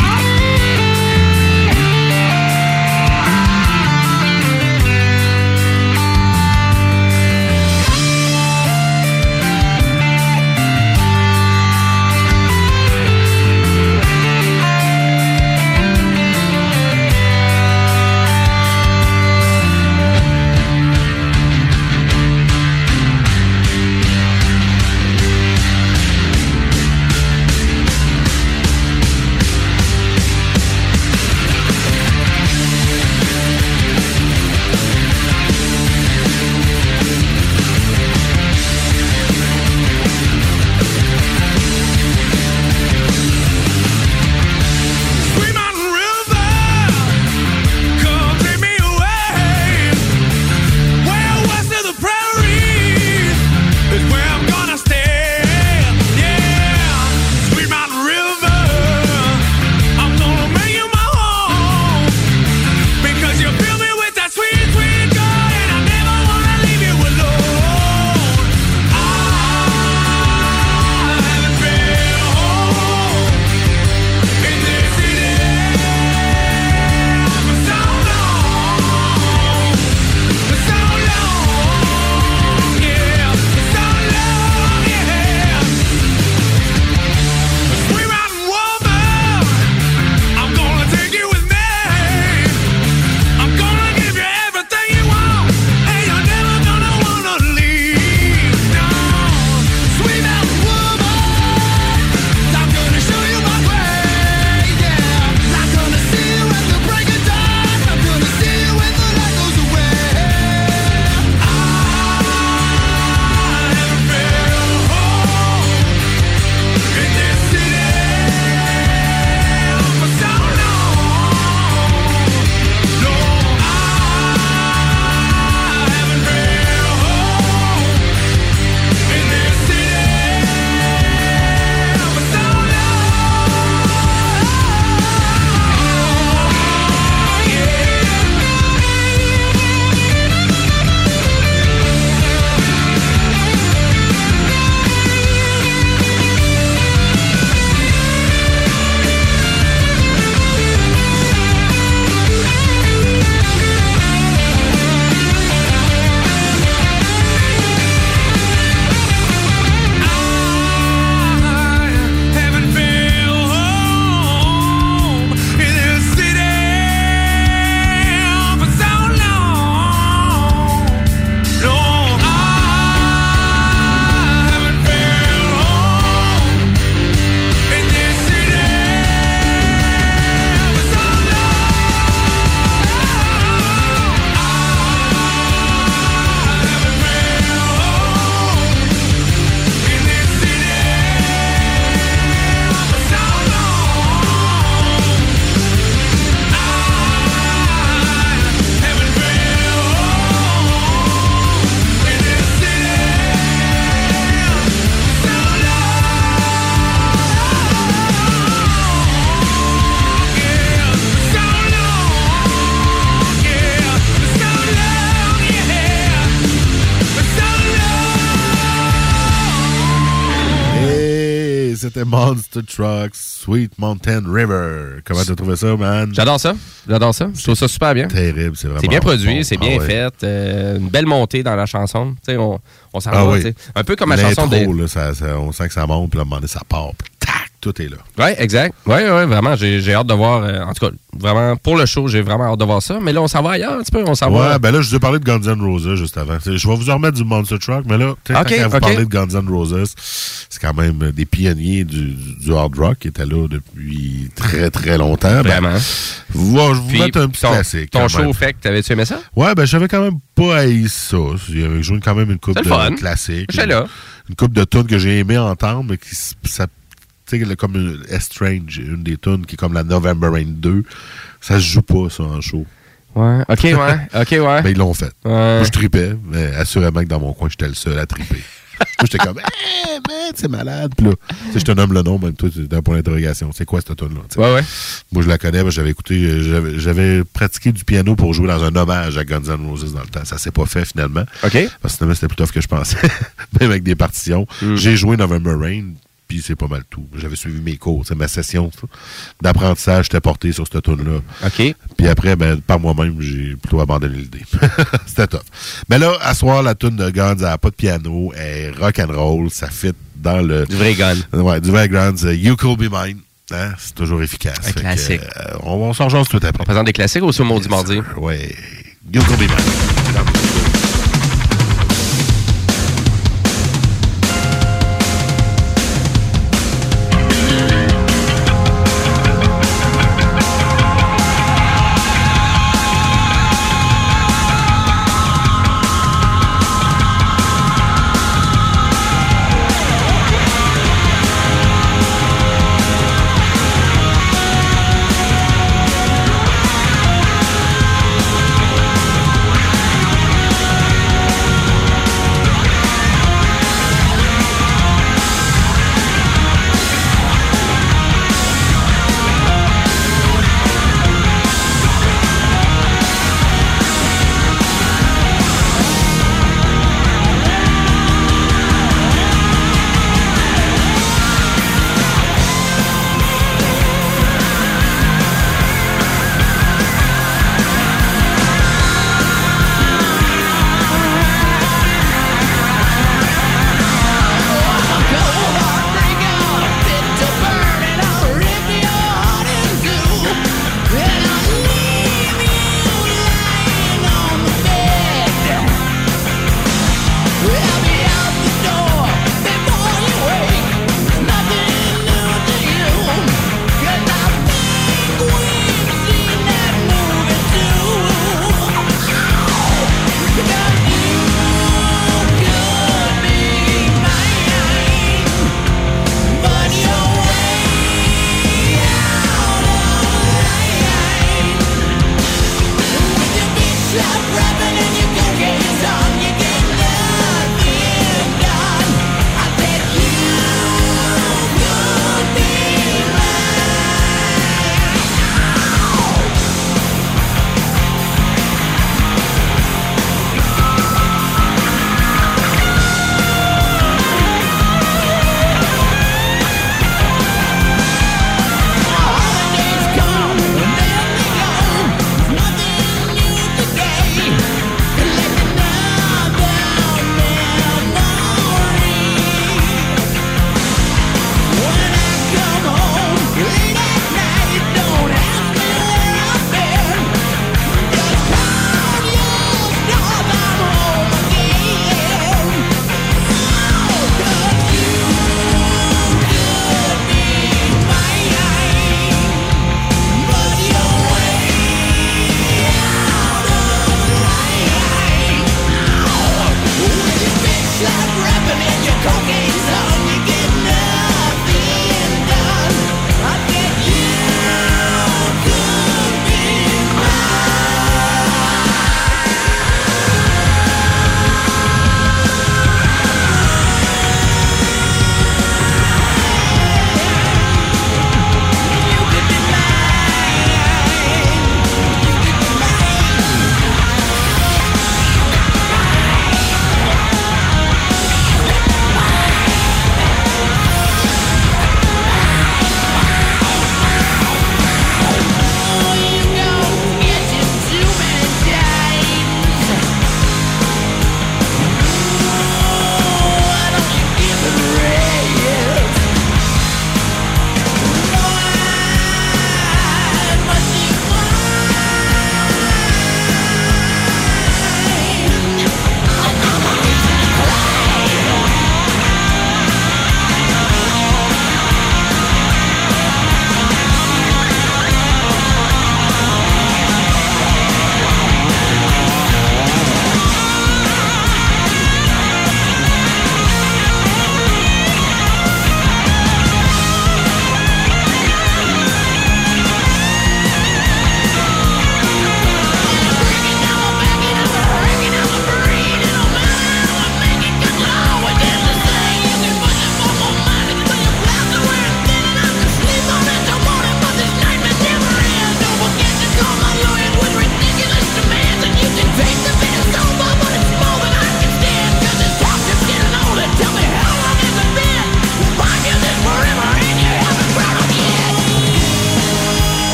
c'était Monster Trucks, Sweet Mountain River. Comment t'as trouvé ça, man? J'adore ça. J'adore ça. Je trouve ça super bien. Terrible, c'est vraiment C'est bien produit, bon. c'est bien ah, ouais. fait. Euh, une belle montée dans la chanson. T'sais, on, on s'en ah, va. Oui. T'sais. Un peu comme la L'intro, chanson de... là, ça, ça, on sent que ça monte, puis à un moment donné, ça part. Puis tac, tout est là. Oui, exact. Oui, oui, vraiment. J'ai, j'ai hâte de voir. Euh, en tout cas, vraiment, pour le show, j'ai vraiment hâte de voir ça. Mais là, on s'en va ailleurs un petit peu. On s'en ouais, va. ben là, je vous ai parlé de Guns N' Roses juste avant. T'sais, je vais vous en remettre du Monster Truck, mais là, okay, quand vous okay. parlez de Guns N' Roses, c'est quand même des pionniers du, du hard rock qui étaient là depuis très, très longtemps. Vraiment. Ben, vous, je vais vous Puis, mettre un petit ton, classique. Ton quand show même. fait que t'avais-tu aimé ça? Ouais, ben j'avais quand même pas haï ça. J'avais joué quand même une coupe de classiques. J'étais là. Une coupe de tunes que j'ai aimé entendre, mais qui ça, tu sais, comme une Estrange, une des tunes qui est comme la November Rain deux. Ça se joue pas, ça, en show. Ouais, ok, ouais, ok, ouais. Mais ils l'ont fait. Ouais. Moi, je tripais, mais assurément que dans mon coin, j'étais le seul à triper. Moi, j'étais comme, hé, hey, man, c'est malade. Puis là, tu sais, je te nomme le nom, même toi, c'est un point d'interrogation. C'est quoi cette tune-là? Ouais, ouais. Moi, je la connais, mais j'avais écouté, j'avais, j'avais pratiqué du piano pour jouer dans un hommage à Guns N' Roses dans le temps. Ça s'est pas fait, finalement. OK. Parce que finalement, c'était plus tough que je pensais. Même avec des partitions. Mm. J'ai joué November Rain, puis c'est pas mal tout. J'avais suivi mes cours, ma session d'apprentissage, j'étais porté sur cette tune-là. OK. Puis après, ben, par moi-même, j'ai plutôt abandonné l'idée. C'était top. Mais là, à soir, la tune de Guns, elle n'a pas de piano, elle est rock'n'roll, ça fit dans le... Du vrai Gun. Ouais, du vrai Guns. You Could Be Mine. Hein? C'est toujours efficace. Un classique. Que, euh, on, on s'en rejoint tout après. On présente des classiques aussi au Maudit Mardi. Oui. You Could Be Mine.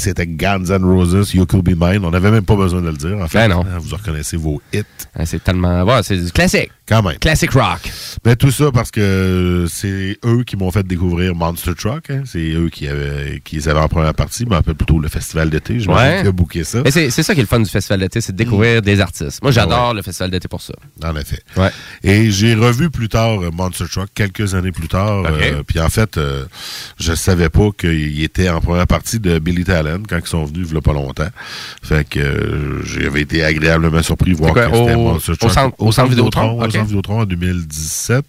c'était Guns N' Roses, You Could Be Mine. On n'avait même pas besoin de le dire, en fait. Ben non. Vous reconnaissez vos hits. C'est tellement... Ouais, c'est du classique. Quand même. Classic rock. Mais tout ça parce que c'est eux qui m'ont fait découvrir Monster Truck. Hein. C'est eux qui avaient, qui les avaient en première partie. Je me rappelle plutôt le festival d'été. Je ouais. m'en booké ça. Mais c'est, c'est ça qui est le fun du festival d'été, c'est de découvrir mmh. des artistes. Moi, j'adore ouais. le festival d'été pour ça. En effet. Ouais. Et j'ai revu plus tard Monster Truck, quelques années plus tard. Okay. Euh, puis en fait, euh, je savais pas qu'il était en première partie de Billy Talent quand ils sont venus il y a pas longtemps. Fait que euh, j'avais été agréablement surpris de voir quoi, que c'était au, Monster Truck. Au centre, au centre Vidéotron. Au centre Vidéotron en deux mille dix-sept.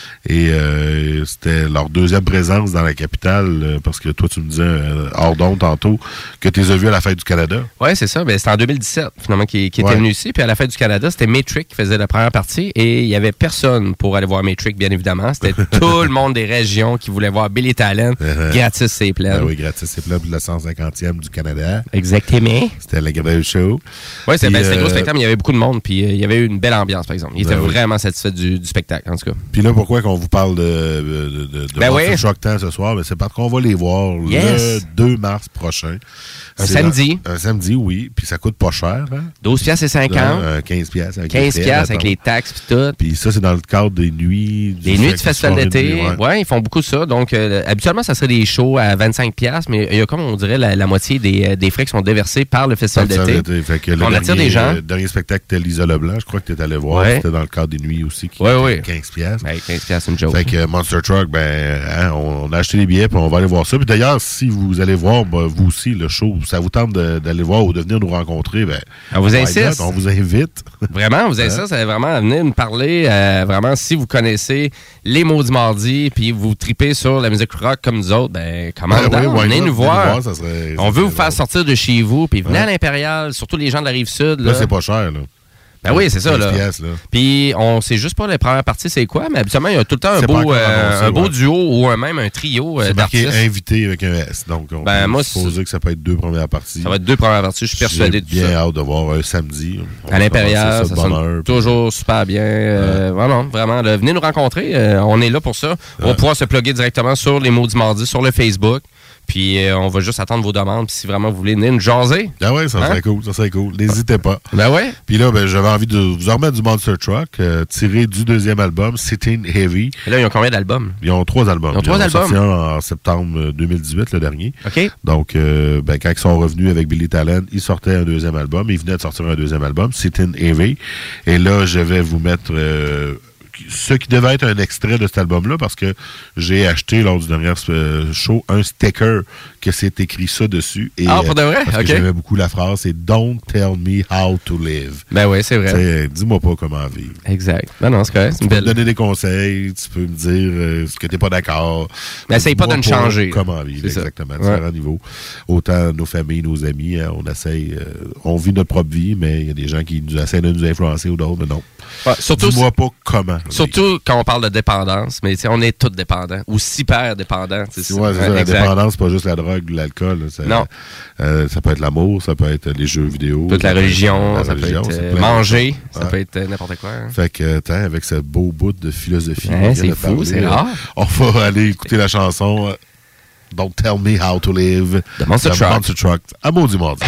Et euh, c'était leur deuxième présence dans la capitale, euh, parce que toi, tu me disais, euh, hors d'onde tantôt, que tu les as vus à la Fête du Canada. Oui, c'est ça. Ben, c'était en deux mille dix-sept, finalement, qui, qui ouais. était venu ici. Puis à la Fête du Canada, c'était Matrix qui faisait la première partie. Et il n'y avait personne pour aller voir Matrix, bien évidemment. C'était tout le monde des régions qui voulait voir Billy Talent. Gratis, c'est plein. Ben oui, gratis, c'est plein pour le cent cinquantième du Canada. Exactement. C'était le gros show. Oui, c'était, ben, c'était euh, gros spectacle, mais il y avait beaucoup de monde. Puis euh, il y avait eu une belle ambiance, par exemple. Il ben était oui. vraiment satisfait du, du spectacle, en tout cas. Puis là, pourquoi qu'on vous parle de de, de, de ben Monster oui. Truck Temps ce soir, ben c'est parce qu'on va les voir yes. le deux mars prochain. Un c'est samedi. Un, un samedi, oui. Puis ça coûte pas cher. Hein? douze piastres et cinquante. Euh, quinze piastres avec quinze les piastres avec les taxes puis tout. Puis ça, c'est dans le cadre des nuits. Du des nuits du festival d'été. Ouais. ouais, ils font beaucoup de ça. Donc, euh, habituellement, ça serait des shows à vingt-cinq piastres, mais il y a comme on dirait la, la moitié des, des frais qui sont déversés par le festival d'été. d'été. Fait que on dernier, attire des gens. Le dernier spectacle, c'était Lisa Leblanc. Je crois que tu es allé voir. Ouais. C'était dans le cadre des nuits aussi. Qui ouais, ouais. quinze piastres. Ben, quinze piastres, c'est une joke. Fait que Monster Truck, ben, hein, on a acheté les billets puis on va aller voir ça. Puis d'ailleurs, si vous allez voir, ben, vous aussi, le show, ça vous tente de, d'aller voir ou de venir nous rencontrer, ben, on vous insiste. On vous invite. Vraiment, on vous insiste, c'est vraiment à venir nous parler. Euh, vraiment, si vous connaissez les Maudits Mardis puis vous tripez sur la musique rock comme nous autres, ben, comment ben, oui, venez nous voir. voir ça serait, ça on veut vous faire sortir de chez vous puis venez ouais. à l'Impérial, surtout les gens de la Rive-Sud. Là, là c'est pas cher, là. Ben oui, c'est ça, là. Pièces, là. Puis, on sait juste pas la première partie, c'est quoi, mais habituellement, il y a tout le temps un beau, euh, annoncé, un beau ouais. duo ou un, même un trio euh, c'est d'artistes. C'est invité avec un S. Donc, on ben, peut moi, supposer que ça peut être deux premières parties. Ça va être deux premières parties, je suis persuadé de tout ça. J'ai bien hâte de voir un samedi. On à l'Impérial, ça, ça sonne bonheur, toujours puis... super bien. Euh, ouais. Vraiment, vraiment. Là, venez nous rencontrer, euh, on est là pour ça. On ouais. va pouvoir se plugger directement sur les Maudits Mardis, sur le Facebook. Puis euh, on va juste attendre vos demandes. Puis si vraiment vous voulez venir nous jaser. Ah ouais, ça hein? serait cool, ça serait cool. N'hésitez pas. Ben ouais. Puis là, ben, j'avais envie de vous en remettre du Monster Truck, euh, tiré du deuxième album, Sitting Heavy. Et là, ils ont combien d'albums? Ils ont trois albums. Ils ont trois ils albums. Sorti un en septembre deux mille dix-huit, le dernier. OK. Donc, euh, ben, quand ils sont revenus avec Billy Talent, ils sortaient un deuxième album. Ils venaient de sortir un deuxième album, Sitting Heavy. Et là, je vais vous mettre... Euh, ce qui devait être un extrait de cet album-là, parce que j'ai acheté lors du dernier euh, show un sticker que c'est écrit ça dessus. Et, ah, pour de vrai? Parce okay. que j'aimais beaucoup la phrase, c'est « Don't tell me how to live ». Ben oui, c'est vrai. T'sais, dis-moi pas comment vivre. Exact. Ben non, c'est correct. Tu peux belle... me donner des conseils, tu peux me dire euh, ce que t'es pas d'accord. Mais essaye pas de me changer. Comment vivre, c'est exactement. Ça. Différents ouais. niveaux. Autant nos familles, nos amis, hein, on essaye, euh, on vit notre propre vie, mais il y a des gens qui nous essaient de nous influencer ou d'autres, mais non. Ouais, surtout, dis-moi pas comment. Surtout quand on parle de dépendance, mais on est tous dépendants, ou super dépendants. Ouais, c'est ouais, ça, la dépendance, c'est pas juste la drogue, l'alcool. Ça, non. Euh, ça peut être l'amour, ça peut être les jeux vidéo. Toute la religion, la ça religion, peut être euh, ça manger, ouais. ça peut être euh, n'importe quoi. Hein. Fait que, t'as, avec ce beau bout de philosophie. Ouais, c'est fou, parler, c'est rare. On va aller écouter la chanson Don't Tell Me How to Live. The Monster Truck. Monster Truck. À Maudit Mardi.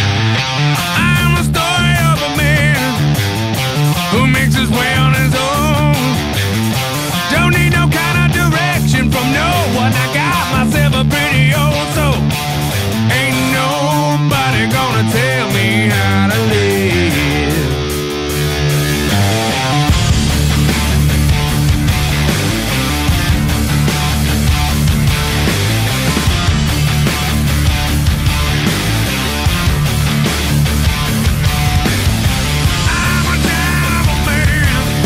I'm a story of a man who makes his way on his own. Don't need no kind of direction from no one. I got myself a pretty old soul. Ain't nobody gonna tell me how to live. I'm a terrible man.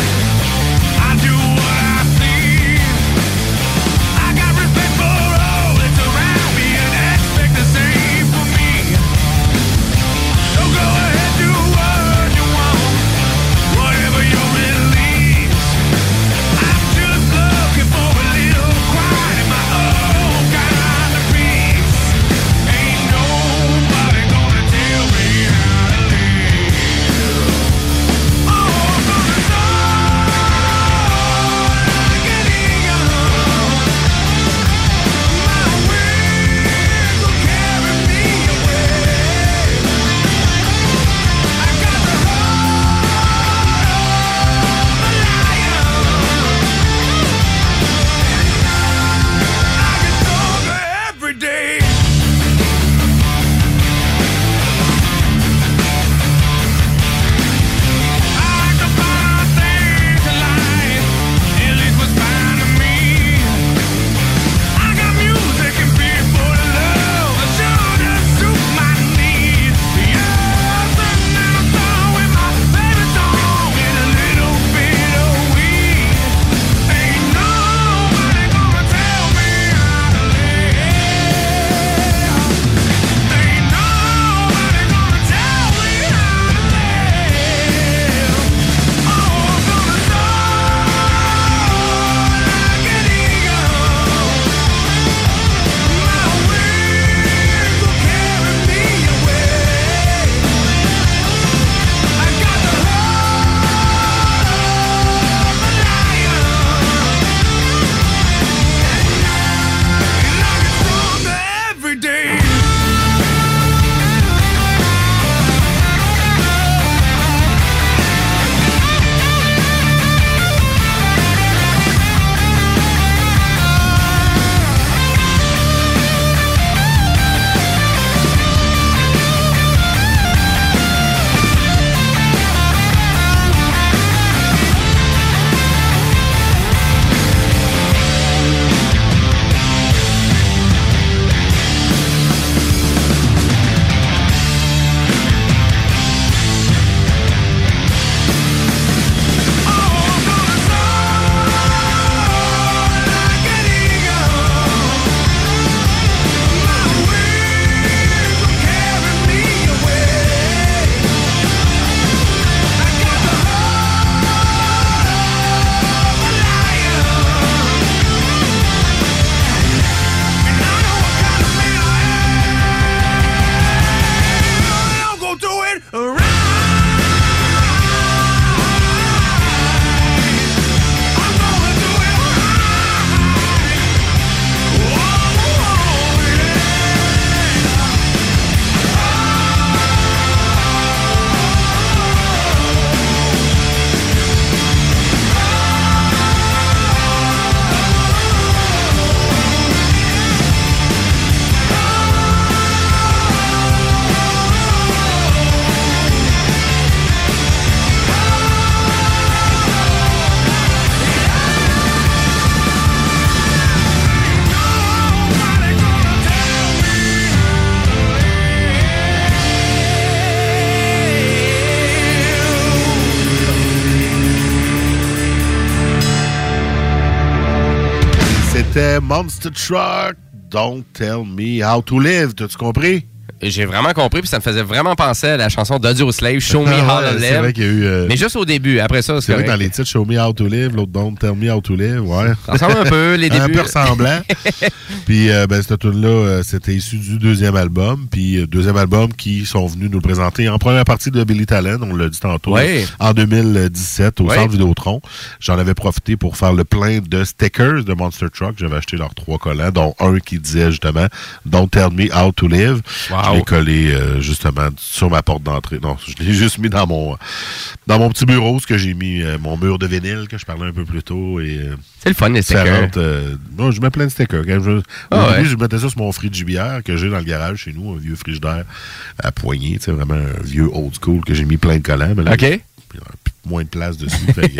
c'était Monster Truck, Don't Tell Me How to Live. T'as-tu compris? J'ai vraiment compris, puis ça me faisait vraiment penser à la chanson d'Audioslave, Show Me How to Live. C'est vrai qu'il y a eu... Euh... Mais juste au début, après ça, c'est C'est vrai correct. que dans les titres, Show Me How to Live, l'autre Don't Tell Me How to Live, ouais. Ça ressemble un peu, les débuts. Un peu ressemblant. Puis, euh, ben, cette tune-là, euh, c'était issu du deuxième album. Puis, euh, deuxième album qui sont venus nous le présenter en première partie de Billy Talent, on l'a dit tantôt, ouais. en deux mille dix-sept, au ouais. Centre Vidéotron. J'en avais profité pour faire le plein de stickers de Monster Truck. J'avais acheté leurs trois collants, dont un qui disait justement Don't Tell Me How to Live. Wow. Je l'ai collé euh, justement sur ma porte d'entrée. Non, je l'ai juste mis dans mon dans mon petit bureau, ce que j'ai mis euh, mon mur de vinyle que je parlais un peu plus tôt. Et, euh, c'est le fun, les stickers. Euh, non, je mets plein de stickers. Quand je, ah, au début, ouais. je mettais ça sur mon frigidaire que j'ai dans le garage chez nous, un vieux frigidaire à poignée, tu sais, vraiment un vieux old school que j'ai mis plein de collants. Mais là, OK. Il y a moins de place dessus.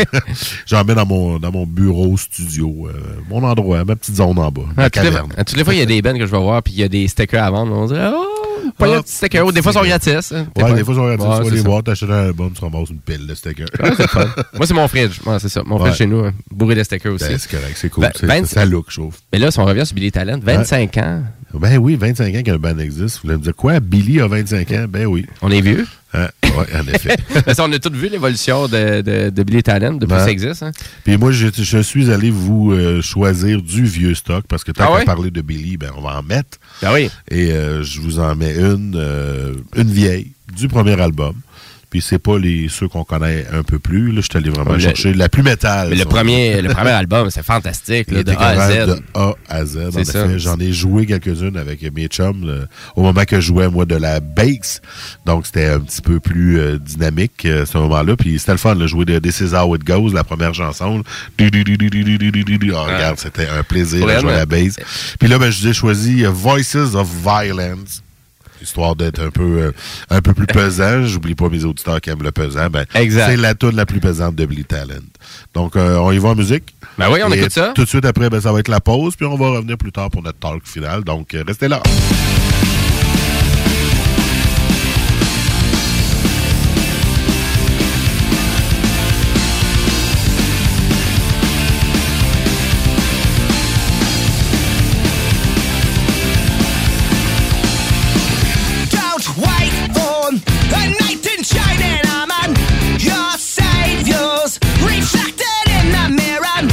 J'en mets dans mon, dans mon bureau studio, euh, mon endroit, ma petite zone en bas. Ah, ma toutes, les, caverne. à toutes les fois, il y a des bands que je vais voir, puis il y a des stickers à vendre. On dirait, oh, pas Ah, de petits stickers. Des fois, ils sont gratis. Hein. Ouais, pas... des fois, ils sont gratis. Ouais, tu vas les ça. voir, t'achètes un album, tu ramasses une pile de stickers. Ouais, c'est fun. Moi, c'est mon fridge. Ouais, c'est ça. Mon fridge Ouais. chez nous, hein. Bourré de stickers aussi. Ben, c'est correct, c'est cool. Ben, c'est, vingt... Ça look, je trouve. Mais là, si on revient sur Billy Talent, vingt-cinq ouais. ans. Ben oui, vingt-cinq ans qu'un band existe. Vous voulez me dire quoi? Billy a vingt-cinq ans? Ben oui. On est vieux? Hein? Oui, en effet. Mais ça, on a tous vu l'évolution de, de, de Billy Talent depuis ben, que ça existe. Hein? Puis moi, je, je suis allé vous euh, choisir du vieux stock parce que tant ah qu'à ouais? parler de Billy, ben on va en mettre. Ah oui. Et euh, je vous en mets une, euh, une vieille du premier album. Puis c'est pas les ceux qu'on connaît un peu plus. Là, je suis allé vraiment le, chercher la plus métal. Mais le premier, le premier album, c'est fantastique. Là, de A à Z. De A à Z. C'est ça. Effet, j'en ai joué quelques-unes avec mes chums là, au moment que je jouais, moi, de la bass. Donc, c'était un petit peu plus euh, dynamique euh, ce moment-là. Puis c'était le fun de jouer de This Is How It Goes, la première chanson. Du, du, du, du, du, du, du, du, du. Oh, ah. Regarde, c'était un plaisir de jouer à la bass. Puis là, ben, je vous ai choisi uh, Voices of Violence. Histoire d'être un peu euh, un peu plus pesant. J'oublie pas mes auditeurs qui aiment le pesant. Ben, c'est la toune la plus pesante de Billy Talent. Donc, euh, on y va en musique. Ben oui, on Et écoute ça. Tout de suite après, ben, ça va être la pause. Puis on va revenir plus tard pour notre talk final. Donc, euh, restez là.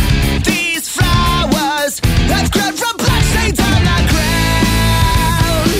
These flowers have grown from bloodstains on the ground.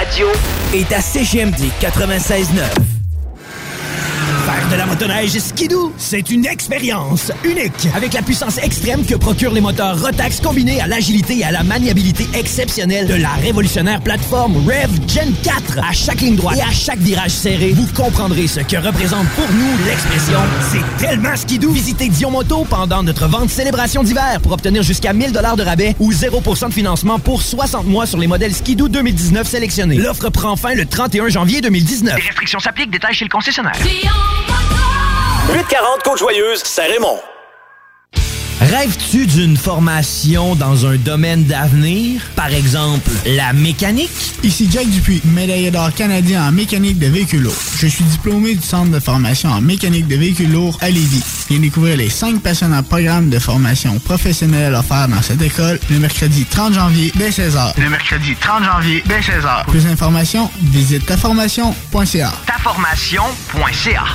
radio est à C G M D quatre-vingt-seize neuf. Faire de la motoneige skidoo, c'est une expérience unique. Avec la puissance extrême que procurent les moteurs Rotax combinés à l'agilité et à la maniabilité exceptionnelle de la révolutionnaire plateforme Rev Gen quatre. À chaque ligne droite et à chaque virage serré, vous comprendrez ce que représente pour nous l'expression « C'est tellement skidoo ». Visitez Dion Moto pendant notre vente célébration d'hiver pour obtenir jusqu'à mille dollars de rabais ou zéro pour cent de financement pour soixante mois sur les modèles skidoo deux mille dix-neuf sélectionnés. L'offre prend fin le trente et un janvier deux mille dix-neuf. Les restrictions s'appliquent, détails chez le concessionnaire. huit quarante Côte-Joyeuse, Saint-Raymond. Rêves-tu d'une formation dans un domaine d'avenir? Par exemple, la mécanique? Ici Jack Dupuis, médaillé d'or canadien en mécanique de véhicules lourds. Je suis diplômé du Centre de formation en mécanique de véhicules lourds à Lévis. Viens découvrir les cinq passionnants programmes de formation professionnelle offerts dans cette école le mercredi trente janvier dès seize heures. Le mercredi trente janvier dès seize heures. Plus d'informations, visite taformation point c a. taformation point c a.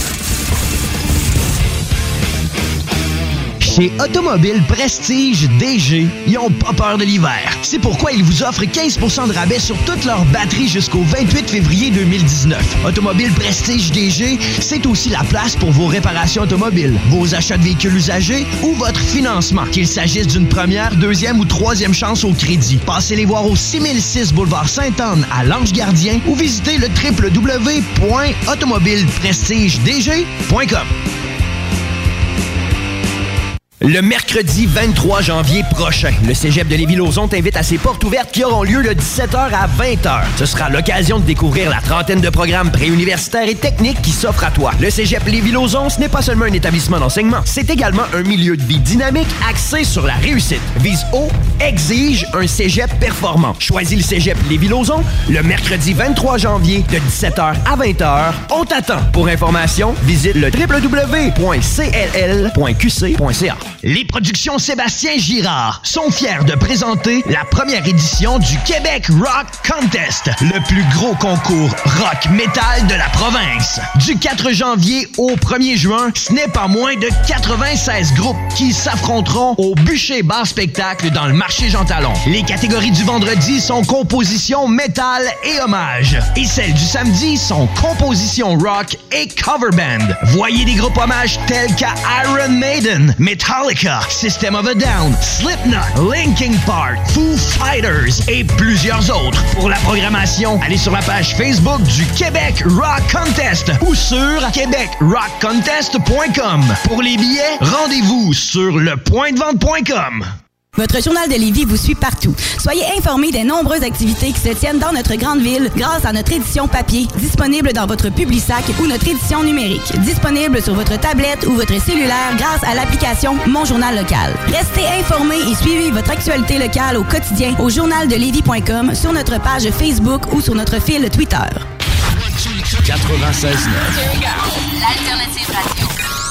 Chez Automobile Prestige D G, ils ont pas peur de l'hiver. C'est pourquoi ils vous offrent quinze pour cent de rabais sur toutes leurs batteries jusqu'au vingt-huit février deux mille dix-neuf. Automobile Prestige D G, c'est aussi la place pour vos réparations automobiles, vos achats de véhicules usagés ou votre financement, qu'il s'agisse d'une première, deuxième ou troisième chance au crédit. Passez les voir au six mille six boulevard Sainte-Anne à Lange-Gardien ou visitez le w w w point automobile prestige d g point com. Le mercredi vingt-trois janvier prochain, le Cégep de Lévis-Lauzon t'invite à ses portes ouvertes qui auront lieu de dix-sept heures à vingt heures. Ce sera l'occasion de découvrir la trentaine de programmes préuniversitaires et techniques qui s'offrent à toi. Le Cégep Lévis-Lauzon, ce n'est pas seulement un établissement d'enseignement, c'est également un milieu de vie dynamique axé sur la réussite. Vise haut, exige un Cégep performant. Choisis le Cégep Lévis-Lauzon le mercredi vingt-trois janvier de dix-sept heures à vingt heures. On t'attend. Pour information, visite le w w w point c l l point q c point c a. Les productions Sébastien Girard sont fiers de présenter la première édition du Québec Rock Contest, le plus gros concours rock metal de la province. Du quatre janvier au premier juin, ce n'est pas moins de quatre-vingt-seize groupes qui s'affronteront au Bûcher Bar Spectacle dans le marché Jean Talon. Les catégories du vendredi sont composition métal et hommage, et celles du samedi sont composition rock et cover band. Voyez des groupes hommages tels qu'à Iron Maiden, Metallica, System of a Down, Slipknot, Linkin Park, Foo Fighters et plusieurs autres. Pour la programmation, allez sur la page Facebook du Québec Rock Contest ou sur québec rock contest point com. Pour les billets, rendez-vous sur le point de vente point com. Votre journal de Lévis vous suit partout. Soyez informés des nombreuses activités qui se tiennent dans notre grande ville grâce à notre édition papier, disponible dans votre Publisac ou notre édition numérique, disponible sur votre tablette ou votre cellulaire grâce à l'application Mon Journal Local. Restez informés et suivez votre actualité locale au quotidien au journal de lévis point com, sur notre page Facebook ou sur notre fil Twitter. quatre-vingt-seize neuf. L'alternative radio.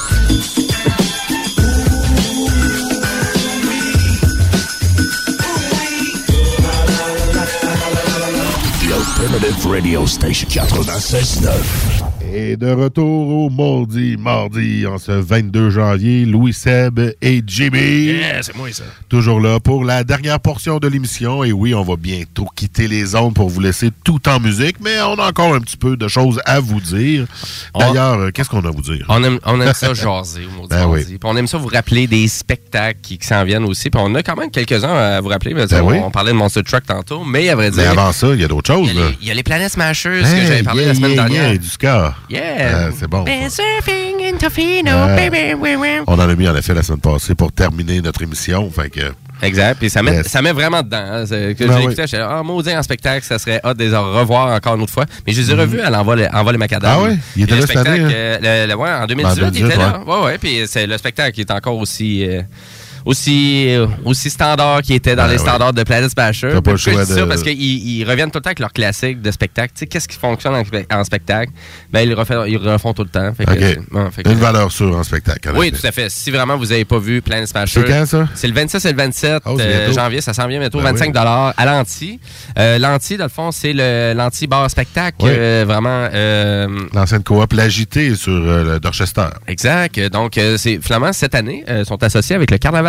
Alternative Radio Station quatre-vingt-seize neuf. Et de retour au mardi, mardi, en ce vingt-deux janvier, Louis Seb et Jimmy. Yeah, c'est moi ça. Toujours là pour la dernière portion de l'émission. Et oui, on va bientôt quitter les ondes pour vous laisser tout en musique, mais on a encore un petit peu de choses à vous dire. D'ailleurs, on... qu'est-ce qu'on a à vous dire? On aime, on aime ça jaser, au ben oui. Puis on aime ça vous rappeler des spectacles qui, qui s'en viennent aussi. Puis on a quand même quelques-uns à vous rappeler. Mais ben on, oui. on parlait de Monster Truck tantôt, mais à vrai dire... Mais avant ça, il y a d'autres choses. Il y a les, il y a les Planet Smashers hey, que j'avais parlé yeah, la semaine yeah, dernière. Yeah, du ska. Yeah. Euh, c'est bon. Been surfing in Tofino, euh, baby, oui, oui. On en a mis en effet la semaine passée pour terminer notre émission. Fait que... Exact. Puis ça met, yes. ça met vraiment dedans. Hein. Que ben j'ai écouté, oui. j'étais là, ah, maudit en spectacle, ça serait hot de les revoir encore une autre fois. Mais je les ai revus mm-hmm. à l'Envol, Envol et Macadam. Ah oui? Il était là cette année? Euh, le, le, ouais, en deux mille dix-huit, ben, il était là. Ouais, ouais. Puis c'est le spectacle qui est encore aussi... Euh, Aussi, euh, aussi standard qui était dans ben les standards ouais. de Planet Smasher. T'as pas le choix de... ça parce qu'ils ils reviennent tout le temps avec leurs classiques de spectacle. Tu sais, qu'est-ce qui fonctionne en, en spectacle? Ben, ils le refont, ils le refont tout le temps. Fait que, okay. ouais, fait que, une valeur sûre en spectacle. Oui, tout à fait. Si vraiment vous n'avez pas vu Planet Smasher. C'est quand ça? C'est le vingt-six et le vingt-sept oh, euh, janvier. Ça s'en vient bientôt. Ben vingt-cinq dollars oui. à l'Anti. Euh, L'Anti, dans le fond, c'est l'Anti bar spectacle. Oui. Euh, vraiment. Euh, L'ancienne coop l'agité sur euh, le Dorchester. Exact. Donc, euh, c'est finalement, cette année, ils euh, sont associés avec le Carnaval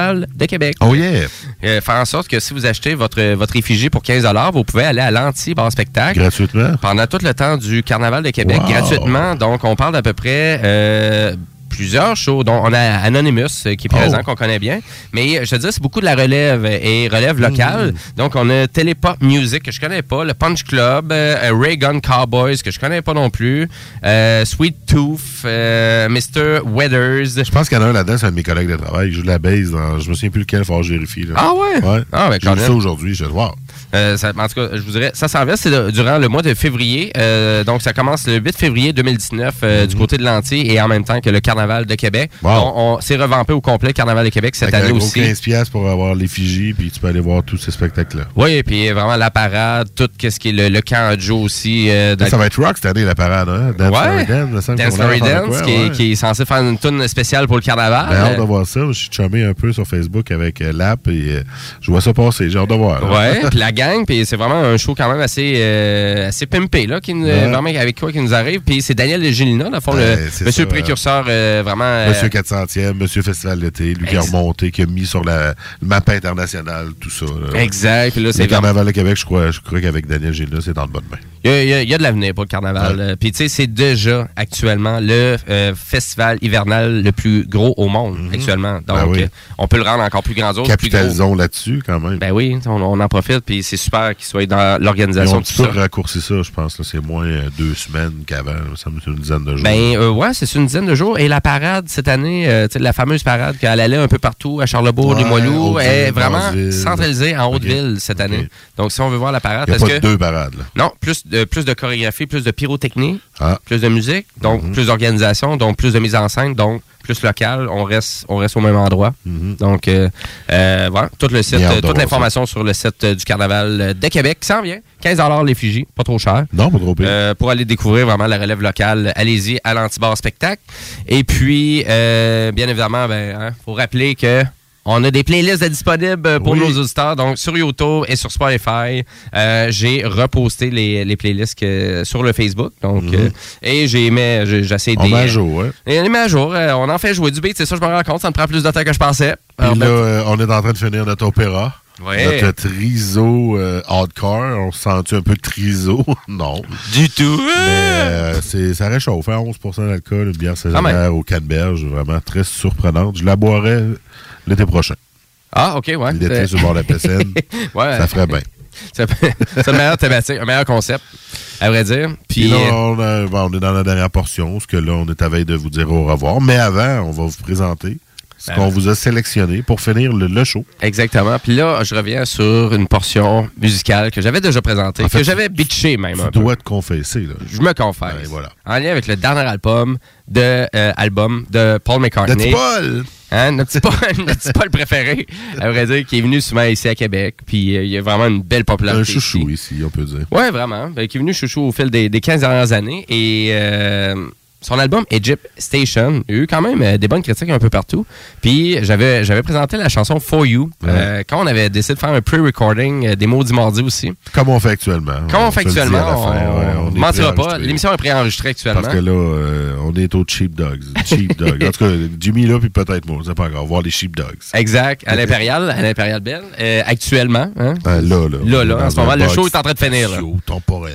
Carnaval de Québec. Oh yeah! Euh, faire en sorte que si vous achetez votre, votre effigie pour quinze dollars, vous pouvez aller à l'Anti-Bar Spectacle. Gratuitement? Pendant tout le temps du Carnaval de Québec, wow. gratuitement. Donc, on parle d'à peu près... Euh, plusieurs shows, dont on a Anonymous euh, qui est présent, oh. qu'on connaît bien. Mais je te dis, c'est beaucoup de la relève et relève locale. Mmh. Donc, on a Télépop Music, que je connais pas, le Punch Club, euh, Ray Gun Cowboys, que je connais pas non plus, euh, Sweet Tooth, euh, mister Weathers. Je pense qu'il y en a un là-dedans, c'est un de mes collègues de travail qui joue de la bass dans... Je me souviens plus lequel, il faut que je vérifie. Là. Ah ouais? Ouais. Ah, ben, j'ai vu ça aujourd'hui, je vais voir. Euh, ça, en tout cas, je vous dirais, ça s'en va, c'est de, durant le mois de février. Euh, donc, ça commence le huit février deux mille dix-neuf euh, mm-hmm. du côté de l'Anti et en même temps que le Carnaval de Québec. Wow. On, on s'est revampé au complet, Carnaval de Québec, cette avec année un aussi. quinze piastres pour avoir l'effigie, puis tu peux aller voir tous ces spectacles-là. Oui, et puis vraiment la parade, tout ce qui est le, le camp à Joe aussi. Euh, ça, ça va être rock cette année, la parade, hein? Dance ouais. Dance, Dance Story Dance, qui, ouais. qui est censé faire une tourne spéciale pour le Carnaval. J'ai hâte de voir ça. Je suis chummé un peu sur Facebook avec euh, l'app et euh, je vois ça passer. J'ai hâte de voir. Oui, puis la gang, puis c'est vraiment un show quand même assez, euh, assez pimpé, là, qui nous, ouais. vraiment avec quoi qui nous arrive. Puis c'est Daniel Gélina, dans le fond, ouais, le monsieur ça, précurseur, euh, vraiment. Euh, monsieur quatre centième, monsieur Festival d'été, lui qui a remonté, qui a mis sur la map internationale, tout ça. Là. Exact. Puis là, c'est le Carnaval de Québec, je crois, je crois qu'avec Daniel Gélina, c'est dans de bonnes mains. Il y, y, y a de l'avenir pour le Carnaval. Ouais. Puis tu sais, c'est déjà actuellement le euh, festival hivernal le plus gros au monde, mm-hmm. actuellement. Donc, ben oui. euh, on peut le rendre encore plus grandiose. Capitalisons là-dessus, quand même. Ben oui, on, on en profite, puis c'est super qu'il soit dans l'organisation de tout ça. On peut raccourcir ça, je pense. Là, c'est moins euh, deux semaines qu'avant. Ça me fait une dizaine de jours. Ben euh, ouais, c'est une dizaine de jours. Et la parade, cette année, euh, la fameuse parade qu'elle allait un peu partout, à Charlebourg, ouais, Limoilou, est vraiment centralisée en Haute-Ville okay. cette année. Okay. Donc, si on veut voir la parade... Il n'y a parce pas que, deux parades, là. Non, plus de, plus de chorégraphie, plus de pyrotechnie, ah. plus de musique, donc mm-hmm. plus d'organisation, donc plus de mise en scène, donc plus local. On reste, on reste au même endroit. Mm-hmm. Donc, euh, euh, voilà, tout le site, euh, toute l'information sur le site euh, du Carnaval de Québec qui s'en vient. quinze dollars l'effigie, pas trop cher. Non, pas trop pire. Euh, pour aller découvrir vraiment la relève locale, allez-y à l'Anti-Bar Spectacle. Et puis, euh, bien évidemment, ben, hein, faut rappeler que on a des playlists disponibles pour oui. nos auditeurs, donc sur YouTube et sur Spotify. Euh, j'ai reposté les, les playlists que, sur le Facebook, donc mm-hmm. euh, et j'ai mis, j'essaie de les mettre à jour, ouais. Et les met à jour. Euh, on en fait jouer du beat, c'est ça, je me rends compte, ça me prend plus de temps que je pensais. Puis Alors, là, ben, euh, on est en train de finir notre opéra. Ouais. Notre triso euh, hardcore, on se sent-tu un peu triso? Non. Du tout. Mais euh, c'est, ça réchauffe, hein, onze pour cent d'alcool, une bière saisonnière ah, au canneberge, vraiment très surprenante. Je la boirais l'été prochain. Ah, OK, ouais. L'été sur le bord de la piscine, ouais. Ça ferait bien. C'est une meilleure thématique, un meilleur concept, à vrai dire. Puis, Puis là, on, a, bon, on est dans la dernière portion, parce que là, on est à veille de vous dire au revoir. Mais avant, on va vous présenter ce qu'on vous a sélectionné pour finir le, le show. Exactement. Puis là, je reviens sur une portion musicale que j'avais déjà présentée, en fait, que j'avais bitché même tu un peu. Tu dois te confesser. Là. Je me confesse. Ben, voilà. En lien avec le dernier album de, euh, album de Paul McCartney. De Paul! Hein, notre, petit Paul, notre petit Paul préféré, à vrai dire, qui est venu souvent ici à Québec. Puis euh, il y a vraiment une belle popularité. Un chouchou ici, ici on peut dire. Oui, vraiment. Ben, qui est venu chouchou au fil des, des quinze dernières années. Et... Euh, son album Egypt Station a eu quand même euh, des bonnes critiques un peu partout. Puis j'avais j'avais présenté la chanson For You ouais. euh, quand on avait décidé de faire un pre-recording euh, des Maudits Mardis aussi. Comme on fait actuellement. Comme on, on fait actuellement. On, ouais, on, on mentira pas. L'émission est préenregistrée actuellement. Parce que là, euh, on est aux Cheap Dogs. Cheap Dogs. En tout cas, Jimmy là, puis peut-être moi. On ne sait pas encore. Voir les Cheap Dogs. Exact. À l'Impérial, à l'Impérial Belle. Euh, actuellement. Hein? Euh, là, là. Là, là. En ce moment, le show est en train de finir. Show temporel.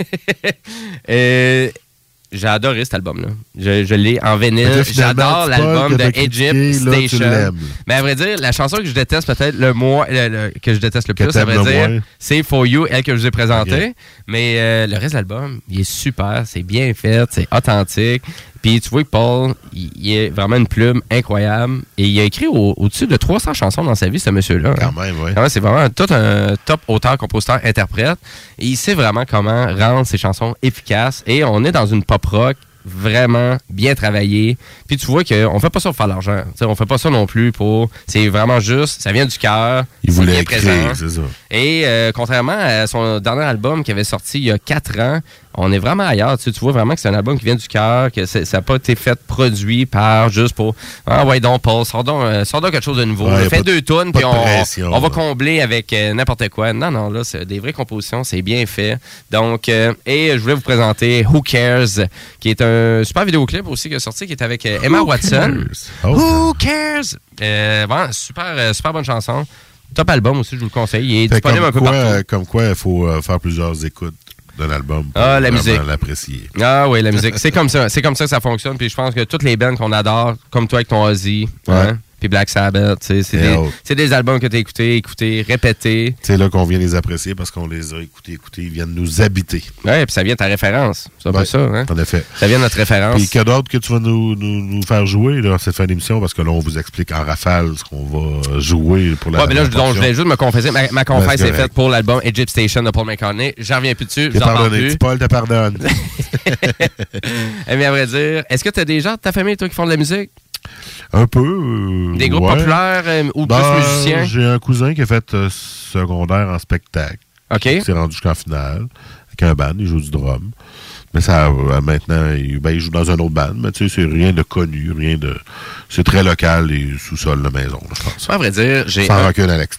euh, J'ai adoré cet album-là. Je, je l'ai en vinyle. J'adore l'album de Egypt Station. Mais à vrai dire, la chanson que je déteste peut-être le moins, le, le, que je déteste le plus, à vrai dire, moins. c'est For You, elle que je vous ai présentée. Okay. Mais euh, le reste de l'album, il est super, c'est bien fait, c'est authentique. Puis tu vois que Paul, il, il est vraiment une plume incroyable. Et il a écrit au, au-dessus de trois cents chansons dans sa vie, ce monsieur-là. Quand même, oui. C'est vraiment tout un top auteur, compositeur, interprète. Et il sait vraiment comment rendre ses chansons efficaces. Et on est dans une pop rock vraiment bien travaillée. Puis tu vois qu'on fait pas ça pour faire l'argent. T'sais, on fait pas ça non plus pour... C'est vraiment juste, ça vient du cœur. Il voulait écrire, c'est ça. Et euh, contrairement à son dernier album qui avait sorti il y a quatre ans, on est vraiment ailleurs. Tu sais, tu vois vraiment que c'est un album qui vient du cœur, que c'est, ça n'a pas été fait, produit par juste pour ah ouais donc Paul, sors donc, euh, sors donc quelque chose de nouveau. Ouais, Fais deux tunes puis on, pression, on va là. combler avec euh, n'importe quoi. Non, non, là, c'est des vraies compositions, c'est bien fait. Donc, euh, et je voulais vous présenter Who Cares, qui est un super vidéoclip aussi qui est sorti, qui est avec euh, Emma Who Watson. Oh. Who Cares? Euh, vraiment, super, euh, super bonne chanson. Top album aussi, je vous le conseille. Il est Fait disponible comme un peu quoi, partout. euh, Comme quoi, il faut euh, faire plusieurs écoutes d'un album pour Ah, la vraiment musique. l'apprécier. Ah oui, la musique. C'est comme ça. C'est comme ça que ça fonctionne. Puis je pense que toutes les bands qu'on adore, comme toi avec ton Ozzy, Ouais. hein, puis Black Sabbath, tu sais, c'est Et des, autres. c'est des albums que tu as écoutés, écoutés, répétés. C'est là qu'on vient les apprécier parce qu'on les a écoutés, écoutés. Ils viennent nous habiter. Ouais, puis ça vient de ta référence. C'est un peu Ouais, ça, hein? En effet. Ça vient de notre référence. Puis que d'autre que tu vas nous, nous, nous faire jouer dans cette fin d'émission parce que là, on vous explique en rafale ce qu'on va jouer pour la Ouais, mais là, je, la donc, je portion. voulais juste me confesser. Ma, ma confesse Ben, c'est est correct. faite pour l'album Egypt Station de Paul McCartney. J'en reviens plus dessus. Je T'es vous en parle pardonné. plus. Petit Paul te pardonne. Eh bien, à vrai dire, est-ce que tu as des gens de ta famille, toi, qui font de la musique? Un peu. euh, Des groupes ouais. populaires euh, ou Ben, plus musiciens? J'ai un cousin qui a fait euh, secondaire en spectacle. OK. Il s'est rendu jusqu'en finale avec un band. Il joue du drum. Mais ça, euh, maintenant, il, ben, il joue dans un autre band. Mais tu sais, c'est rien de connu, rien de... C'est très local et sous-sol de maison, là, je pense. Moi, à vrai dire, j'ai... Sans un- recul, Alex.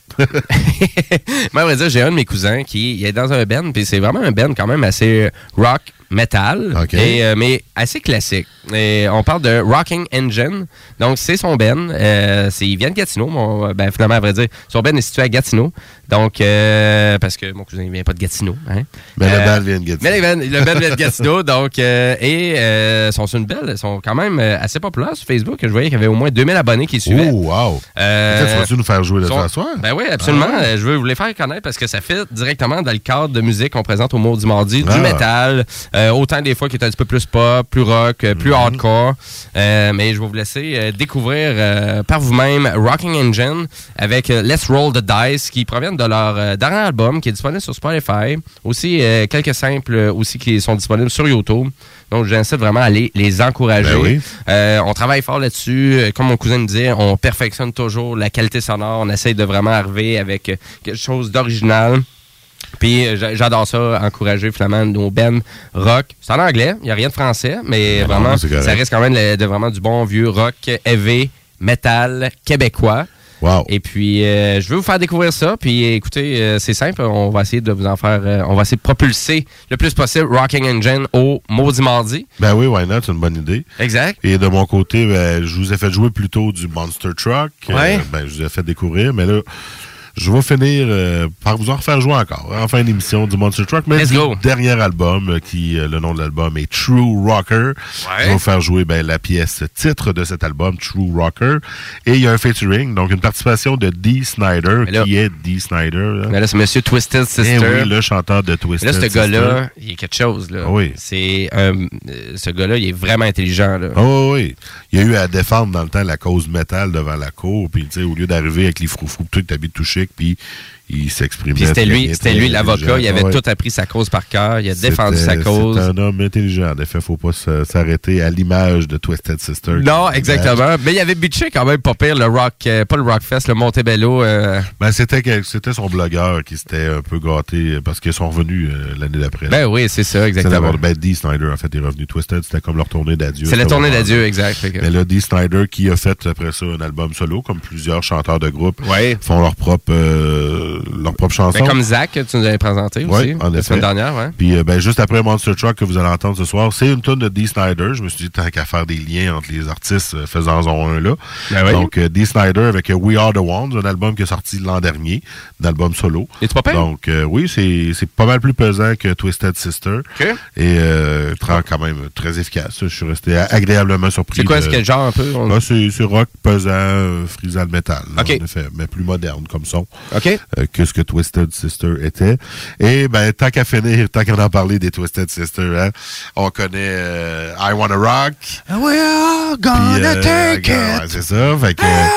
Moi, à vrai dire, j'ai un de mes cousins qui il est dans un band, puis c'est vraiment un band quand même assez rock, metal, OK. et, euh, mais assez classique. Et on parle de Rocking Engine. Donc, c'est son band. Euh, c'est, il vient de Gatineau. Mon, ben, finalement, à vrai dire, son band est situé à Gatineau. Donc, euh, parce que mon cousin ne vient pas de Gatineau. Hein? Mais Euh, le band vient de Gatineau. Mais le band, le band vient de Gatineau. donc, euh, et euh, sont sur une belle, ils sont quand même euh, assez populaires sur Facebook. Je voyais qu'il y avait au moins deux mille abonnés qui suivaient. Oh, wow. Euh, Peut-être vas-tu nous faire jouer le sont- ce soir? Ben oui, absolument. Ah ouais. Euh, Je veux vous les faire connaître parce que ça fait directement dans le cadre de musique qu'on présente au Maudit Mardi, Ah. du métal, euh, autant des fois qui est un petit peu plus pop, plus rock, euh, plus Mhm. hardcore. Euh, mais je vais vous laisser euh, découvrir euh, par vous-même Rocking Engine avec euh, Let's Roll the Dice qui proviennent de leur euh, dernier album qui est disponible sur Spotify. Aussi, euh, quelques simples euh, aussi qui sont disponibles sur YouTube. Donc, j'incite vraiment à aller les encourager. Ben oui. Euh, on travaille fort là-dessus. Euh, Comme mon cousin me disait, on perfectionne toujours la qualité sonore. On essaye de vraiment arriver avec euh, quelque chose d'original. Puis euh, j'a- j'adore ça, encourager finalement nos bands rock. C'est en anglais, il n'y a rien de français, mais Non, vraiment, c'est correct. ça reste quand même le- de, vraiment du bon vieux rock heavy, metal, québécois. Wow. Et puis, euh, je veux vous faire découvrir ça. Puis, écoutez, euh, c'est simple. On va essayer de vous en faire... euh, on va essayer de propulser le plus possible Rocking Engine au Maudit Mardi. Ben oui, why not? C'est une bonne idée. Exact. Et de mon côté, ben, je vous ai fait jouer plutôt du Monster Truck. Ouais. Euh, ben, je vous ai fait découvrir, mais là, je vais finir euh, par vous en refaire jouer encore en fin d'émission du Monster Truck, mais Let's du go. dernier album, euh, qui euh, le nom de l'album est True Rocker. Je vais vous faire jouer ben, la pièce titre de cet album, True Rocker. Et il y a un featuring, donc une participation de Dee Snider, là- qui est Dee Snider. Là. Mais là, c'est Monsieur Twisted Sister. Eh oui, le chanteur de Twisted Là, ce Sister. gars-là, il est quelque chose. Là. Ah oui. C'est, euh, euh, ce gars-là, il est vraiment intelligent. Là. Oh oui, il y a eu à défendre dans le temps la cause métal devant la cour, puis tu sais, au lieu d'arriver avec les froufrous, tout t'habites tout chic, puis il s'exprimait. Puis c'était très lui, bien, c'était très lui l'avocat. Il avait intelligent. Ah ouais. tout appris sa cause par cœur. Il a défendu C'était- sa cause. C'est un homme intelligent. En effet, faut pas se- s'arrêter à l'image de Twisted Sister. Non, exactement. Mais il avait bitché quand même pas pire le rock, euh, pas le Rockfest, le Montebello. Euh... Ben, c'était, quel- c'était son blogueur qui s'était un peu gâté parce qu'ils sont revenus euh, l'année d'après. Ben oui, c'est ça, exactement. C'est ben, Dee Snider, en fait, est revenu. Twisted, c'était comme leur tournée d'adieu. C'est la C'était tournée vraiment- d'adieu, exact. Fait que- Mais là, Dee Snider, qui a fait après ça un album solo, comme plusieurs chanteurs de groupe, Ouais. font leur propre, euh, leur propre chanson. Ben, comme Zach, que tu nous avais présenté aussi, Oui, en la effet. semaine dernière. Ouais. Puis euh, ben, juste après Monster Truck que vous allez entendre ce soir, c'est une tonne de Dee Snider. Je me suis dit, tant qu'à faire des liens entre les artistes, euh, faisons-en un là. Ben oui. Donc, euh, Dee Snider avec euh, We Are The Ones, un album qui est sorti l'an dernier, un album solo. Es-tu pas pire? Donc, euh, oui, c'est, c'est pas mal plus pesant que Twisted Sister. OK. Et euh, tra- quand même très efficace. Je suis resté a- agréablement surpris. C'est quoi, de- c'est quel genre un peu? On- Ah, c'est, c'est rock pesant, euh, frisant de métal. là, OK. En effet, mais plus moderne comme son. OK. Euh, que ce que Twisted Sister était. Et ben, tant qu'à finir, tant qu'on en parlait des Twisted Sister, hein, on connaît euh, I Wanna Rock. We are Puis, gonna euh, take ouais, it. c'est ça. Fait que, euh,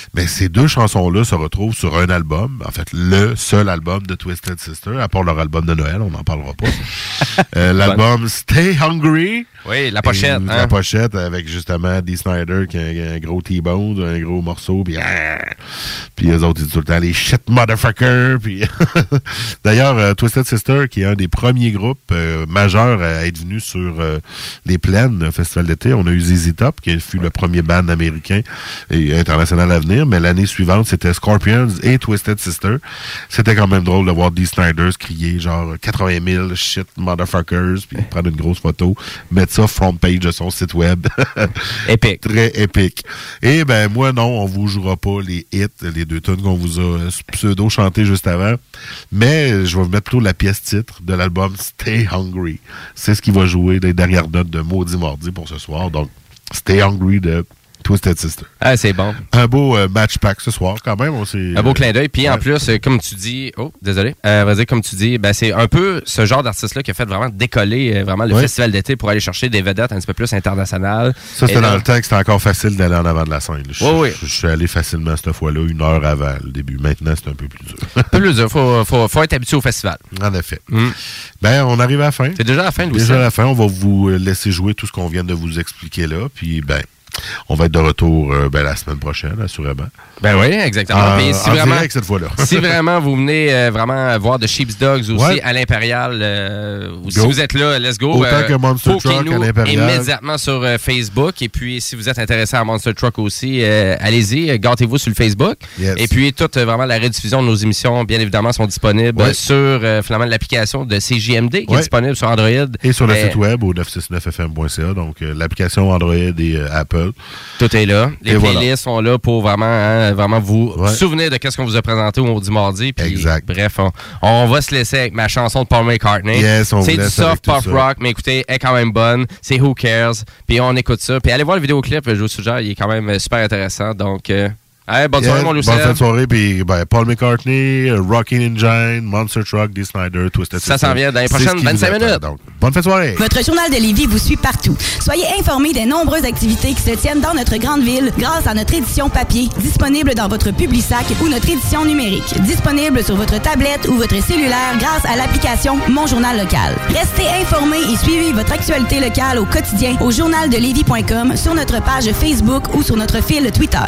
Mais ces deux chansons-là se retrouvent sur un album, en fait, le seul album de Twisted Sister, à part leur album de Noël, on n'en parlera pas. euh, l'album Stay Hungry. Oui, la pochette. Et, hein? La pochette avec justement Dee Snider qui a un, un gros T-bone, un gros morceau, puis ah, puis eux autres ils disent tout le temps les shit motherfucker. Puis d'ailleurs, euh, Twisted Sister, qui est un des premiers groupes euh, majeurs à être venu sur euh, les plaines, le festival d'été, on a eu Z Z Top, qui fut le premier band américain et international à venir, mais l'année suivante, c'était Scorpions et Twisted Sister. C'était quand même drôle de voir Dee Snider crier genre quatre-vingt mille shit motherfuckers, puis prendre une grosse photo, mettre ça front page de son site web. Épique. Très épique. Et ben moi non, on vous jouera pas les hits, les deux tunes qu'on vous a pseudo chanté juste avant, mais je vais vous mettre plutôt la pièce titre de l'album Stay Hungry. C'est ce qui va jouer les dernières notes de Maudit Mardi pour ce soir. Donc Stay Hungry de Twisted Sister. Ah, c'est bon. Un beau euh, match pack ce soir, quand même. On un beau clin d'œil. Puis ouais. en plus, euh, comme tu dis... Oh, désolé. Euh, vas-y, comme tu dis, ben, c'est un peu ce genre d'artiste-là qui a fait vraiment décoller euh, vraiment le ouais. festival d'été pour aller chercher des vedettes un petit peu plus internationales. Ça, c'était là, dans le temps que c'était encore facile d'aller en avant de la scène. Je, oui, oui. je, je suis allé facilement cette fois-là, une heure avant le début. Maintenant, c'est un peu plus dur. un peu plus dur. Faut, faut, faut être habitué au festival. En effet. Mm. Ben, on arrive à la fin. C'est déjà la fin, Louis. Déjà à la fin. On va vous laisser jouer tout ce qu'on vient de vous expliquer là. Puis, ben... on va être de retour euh, ben, la semaine prochaine, assurément. Ben oui, exactement. En, Mais si en vraiment, direct cette fois-là. si vraiment vous venez euh, vraiment voir The Sheep's Dogs aussi ouais. à l'Impérial, euh, ou si go. vous êtes là, let's go. Autant euh, que Monster Truck à l'Impérial. Immédiatement sur euh, Facebook. Et puis, si vous êtes intéressé à Monster Truck aussi, euh, allez-y, euh, gâtez-vous sur le Facebook. Yes. Et puis, toute euh, vraiment la rediffusion de nos émissions, bien évidemment, sont disponibles ouais. sur euh, finalement, l'application de C J M D qui ouais. est disponible sur Android. Et sur le euh, site web au neuf cent soixante-neuf F M point C A. Donc, euh, l'application Android et euh, Apple. Tout est là. Les et playlists voilà. sont là pour vraiment, hein, vraiment vous ouais. souvenir de qu'est-ce qu'on vous a présenté au Maudit Mardi. Puis, exact. Bref, on, on va se laisser avec ma chanson de Paul McCartney. Yes, on c'est vous du laisse soft pop ça. rock, mais écoutez, elle est quand même bonne. C'est Who Cares. Puis on écoute ça. Puis allez voir le vidéoclip, je vous suggère, il est quand même super intéressant. Donc, euh, hey, bonne yeah, soirée, mon Lucien. Bonne fin de soirée. Puis ben, Paul McCartney, Rockin' Engine, Monster Truck, Dee Snider, Twisted Sister. Ça s'en vient dans les prochaines vingt-cinq minutes. Donc, bonne fin de soirée. Votre journal de Lévis vous suit partout. Soyez informés des nombreuses activités qui se tiennent dans notre grande ville grâce à notre édition papier, disponible dans votre Publisac ou notre édition numérique, disponible sur votre tablette ou votre cellulaire grâce à l'application Mon Journal Local. Restez informés et suivez votre actualité locale au quotidien au journal de lévis point com, sur notre page Facebook ou sur notre fil Twitter.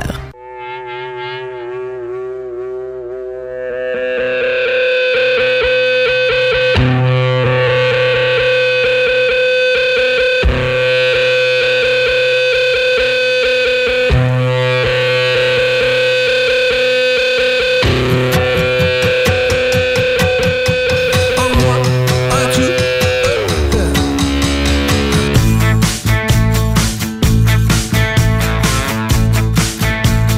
One,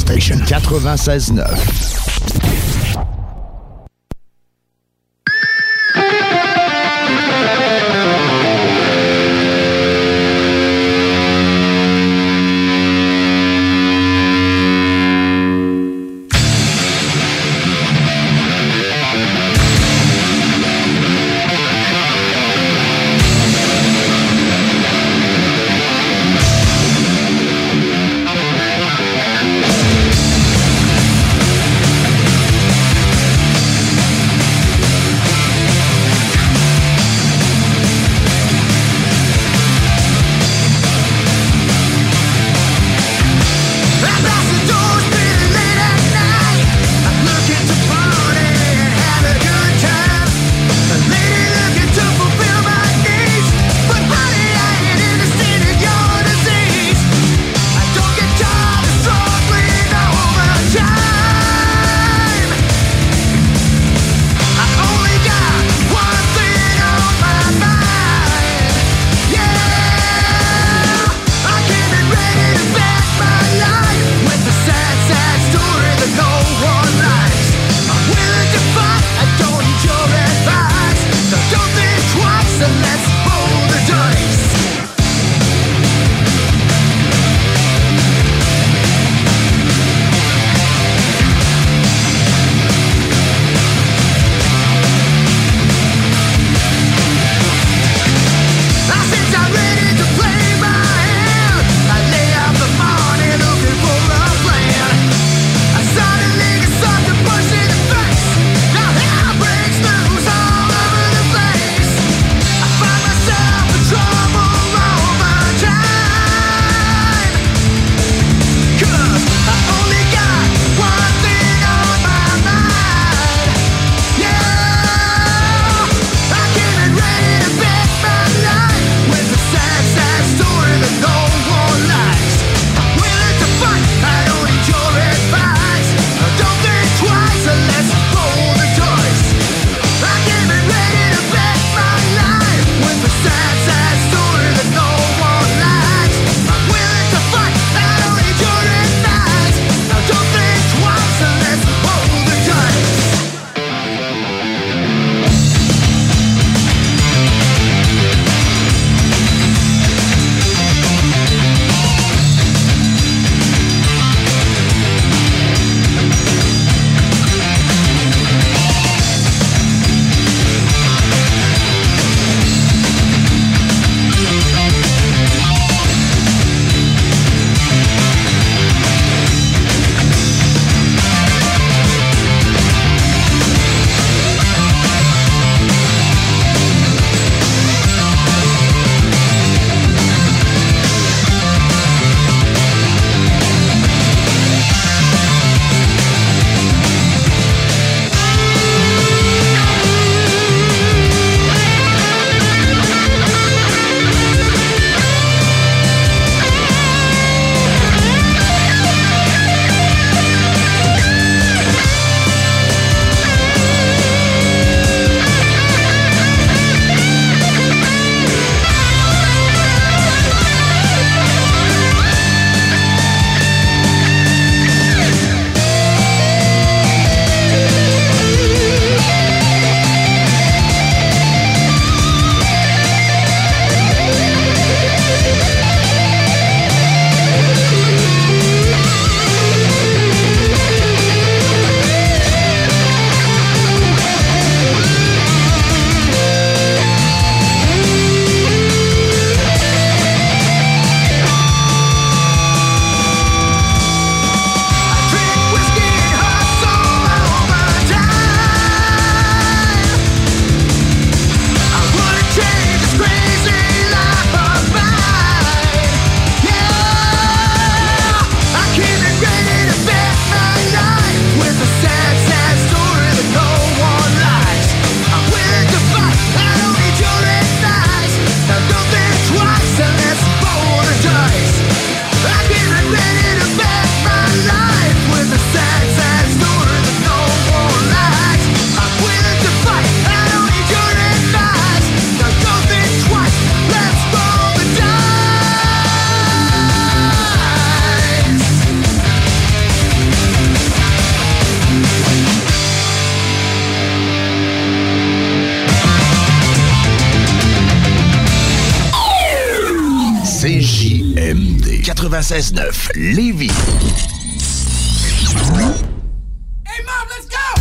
Station quatre-vingt-seize neuf. Thank quatre-vingt-seize neuf Lévis. Hey, Mom, let's go!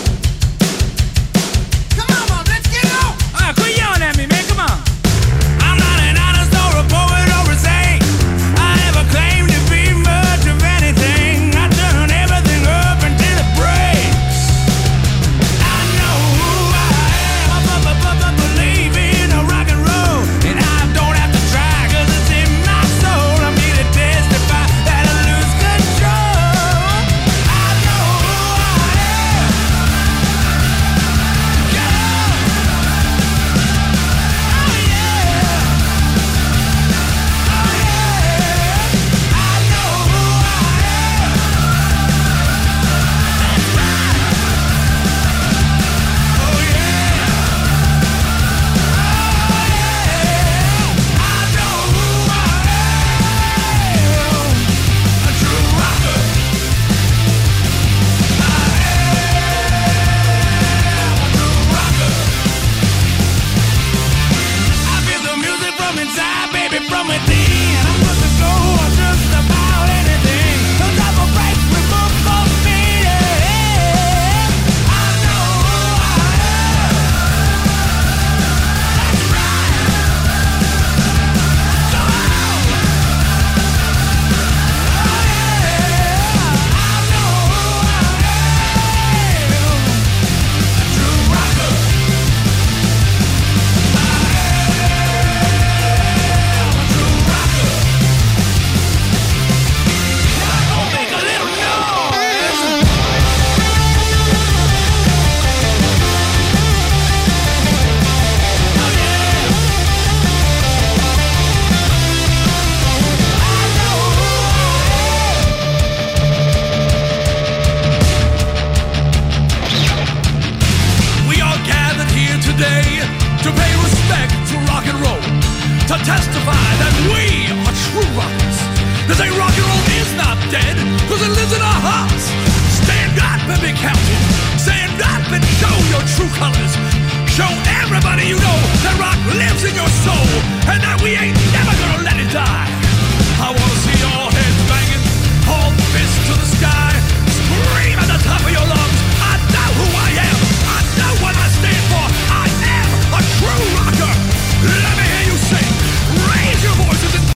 Come on, Mom, let's get it on! Ah, quit yelling at me, man, come on! I'm not an honest or a poet or a saint. I never claimed to be much of anything. I turn everything up until it breaks. I know who I am, I b- b- b- believe in a rock and roll. And I don't have to try, cause it's in my soul. I'm here to testify that I lose control. I know who I am. I feel the music from inside, baby, from within. I'm supposed to go on just about anything. No type of break, remove for me. I know who I am. That's right. So on. Oh yeah. I know who I am. A true rocker. Make a little noise. We all gathered here today to pay respect to rock and roll, to testify that we are true rockers. To say rock and roll is not dead, cause it lives in our hearts. Stand up and be counted. Stand up and show your true colors. Show everybody you know that rock lives in your soul, and that we ain't never gonna let it die.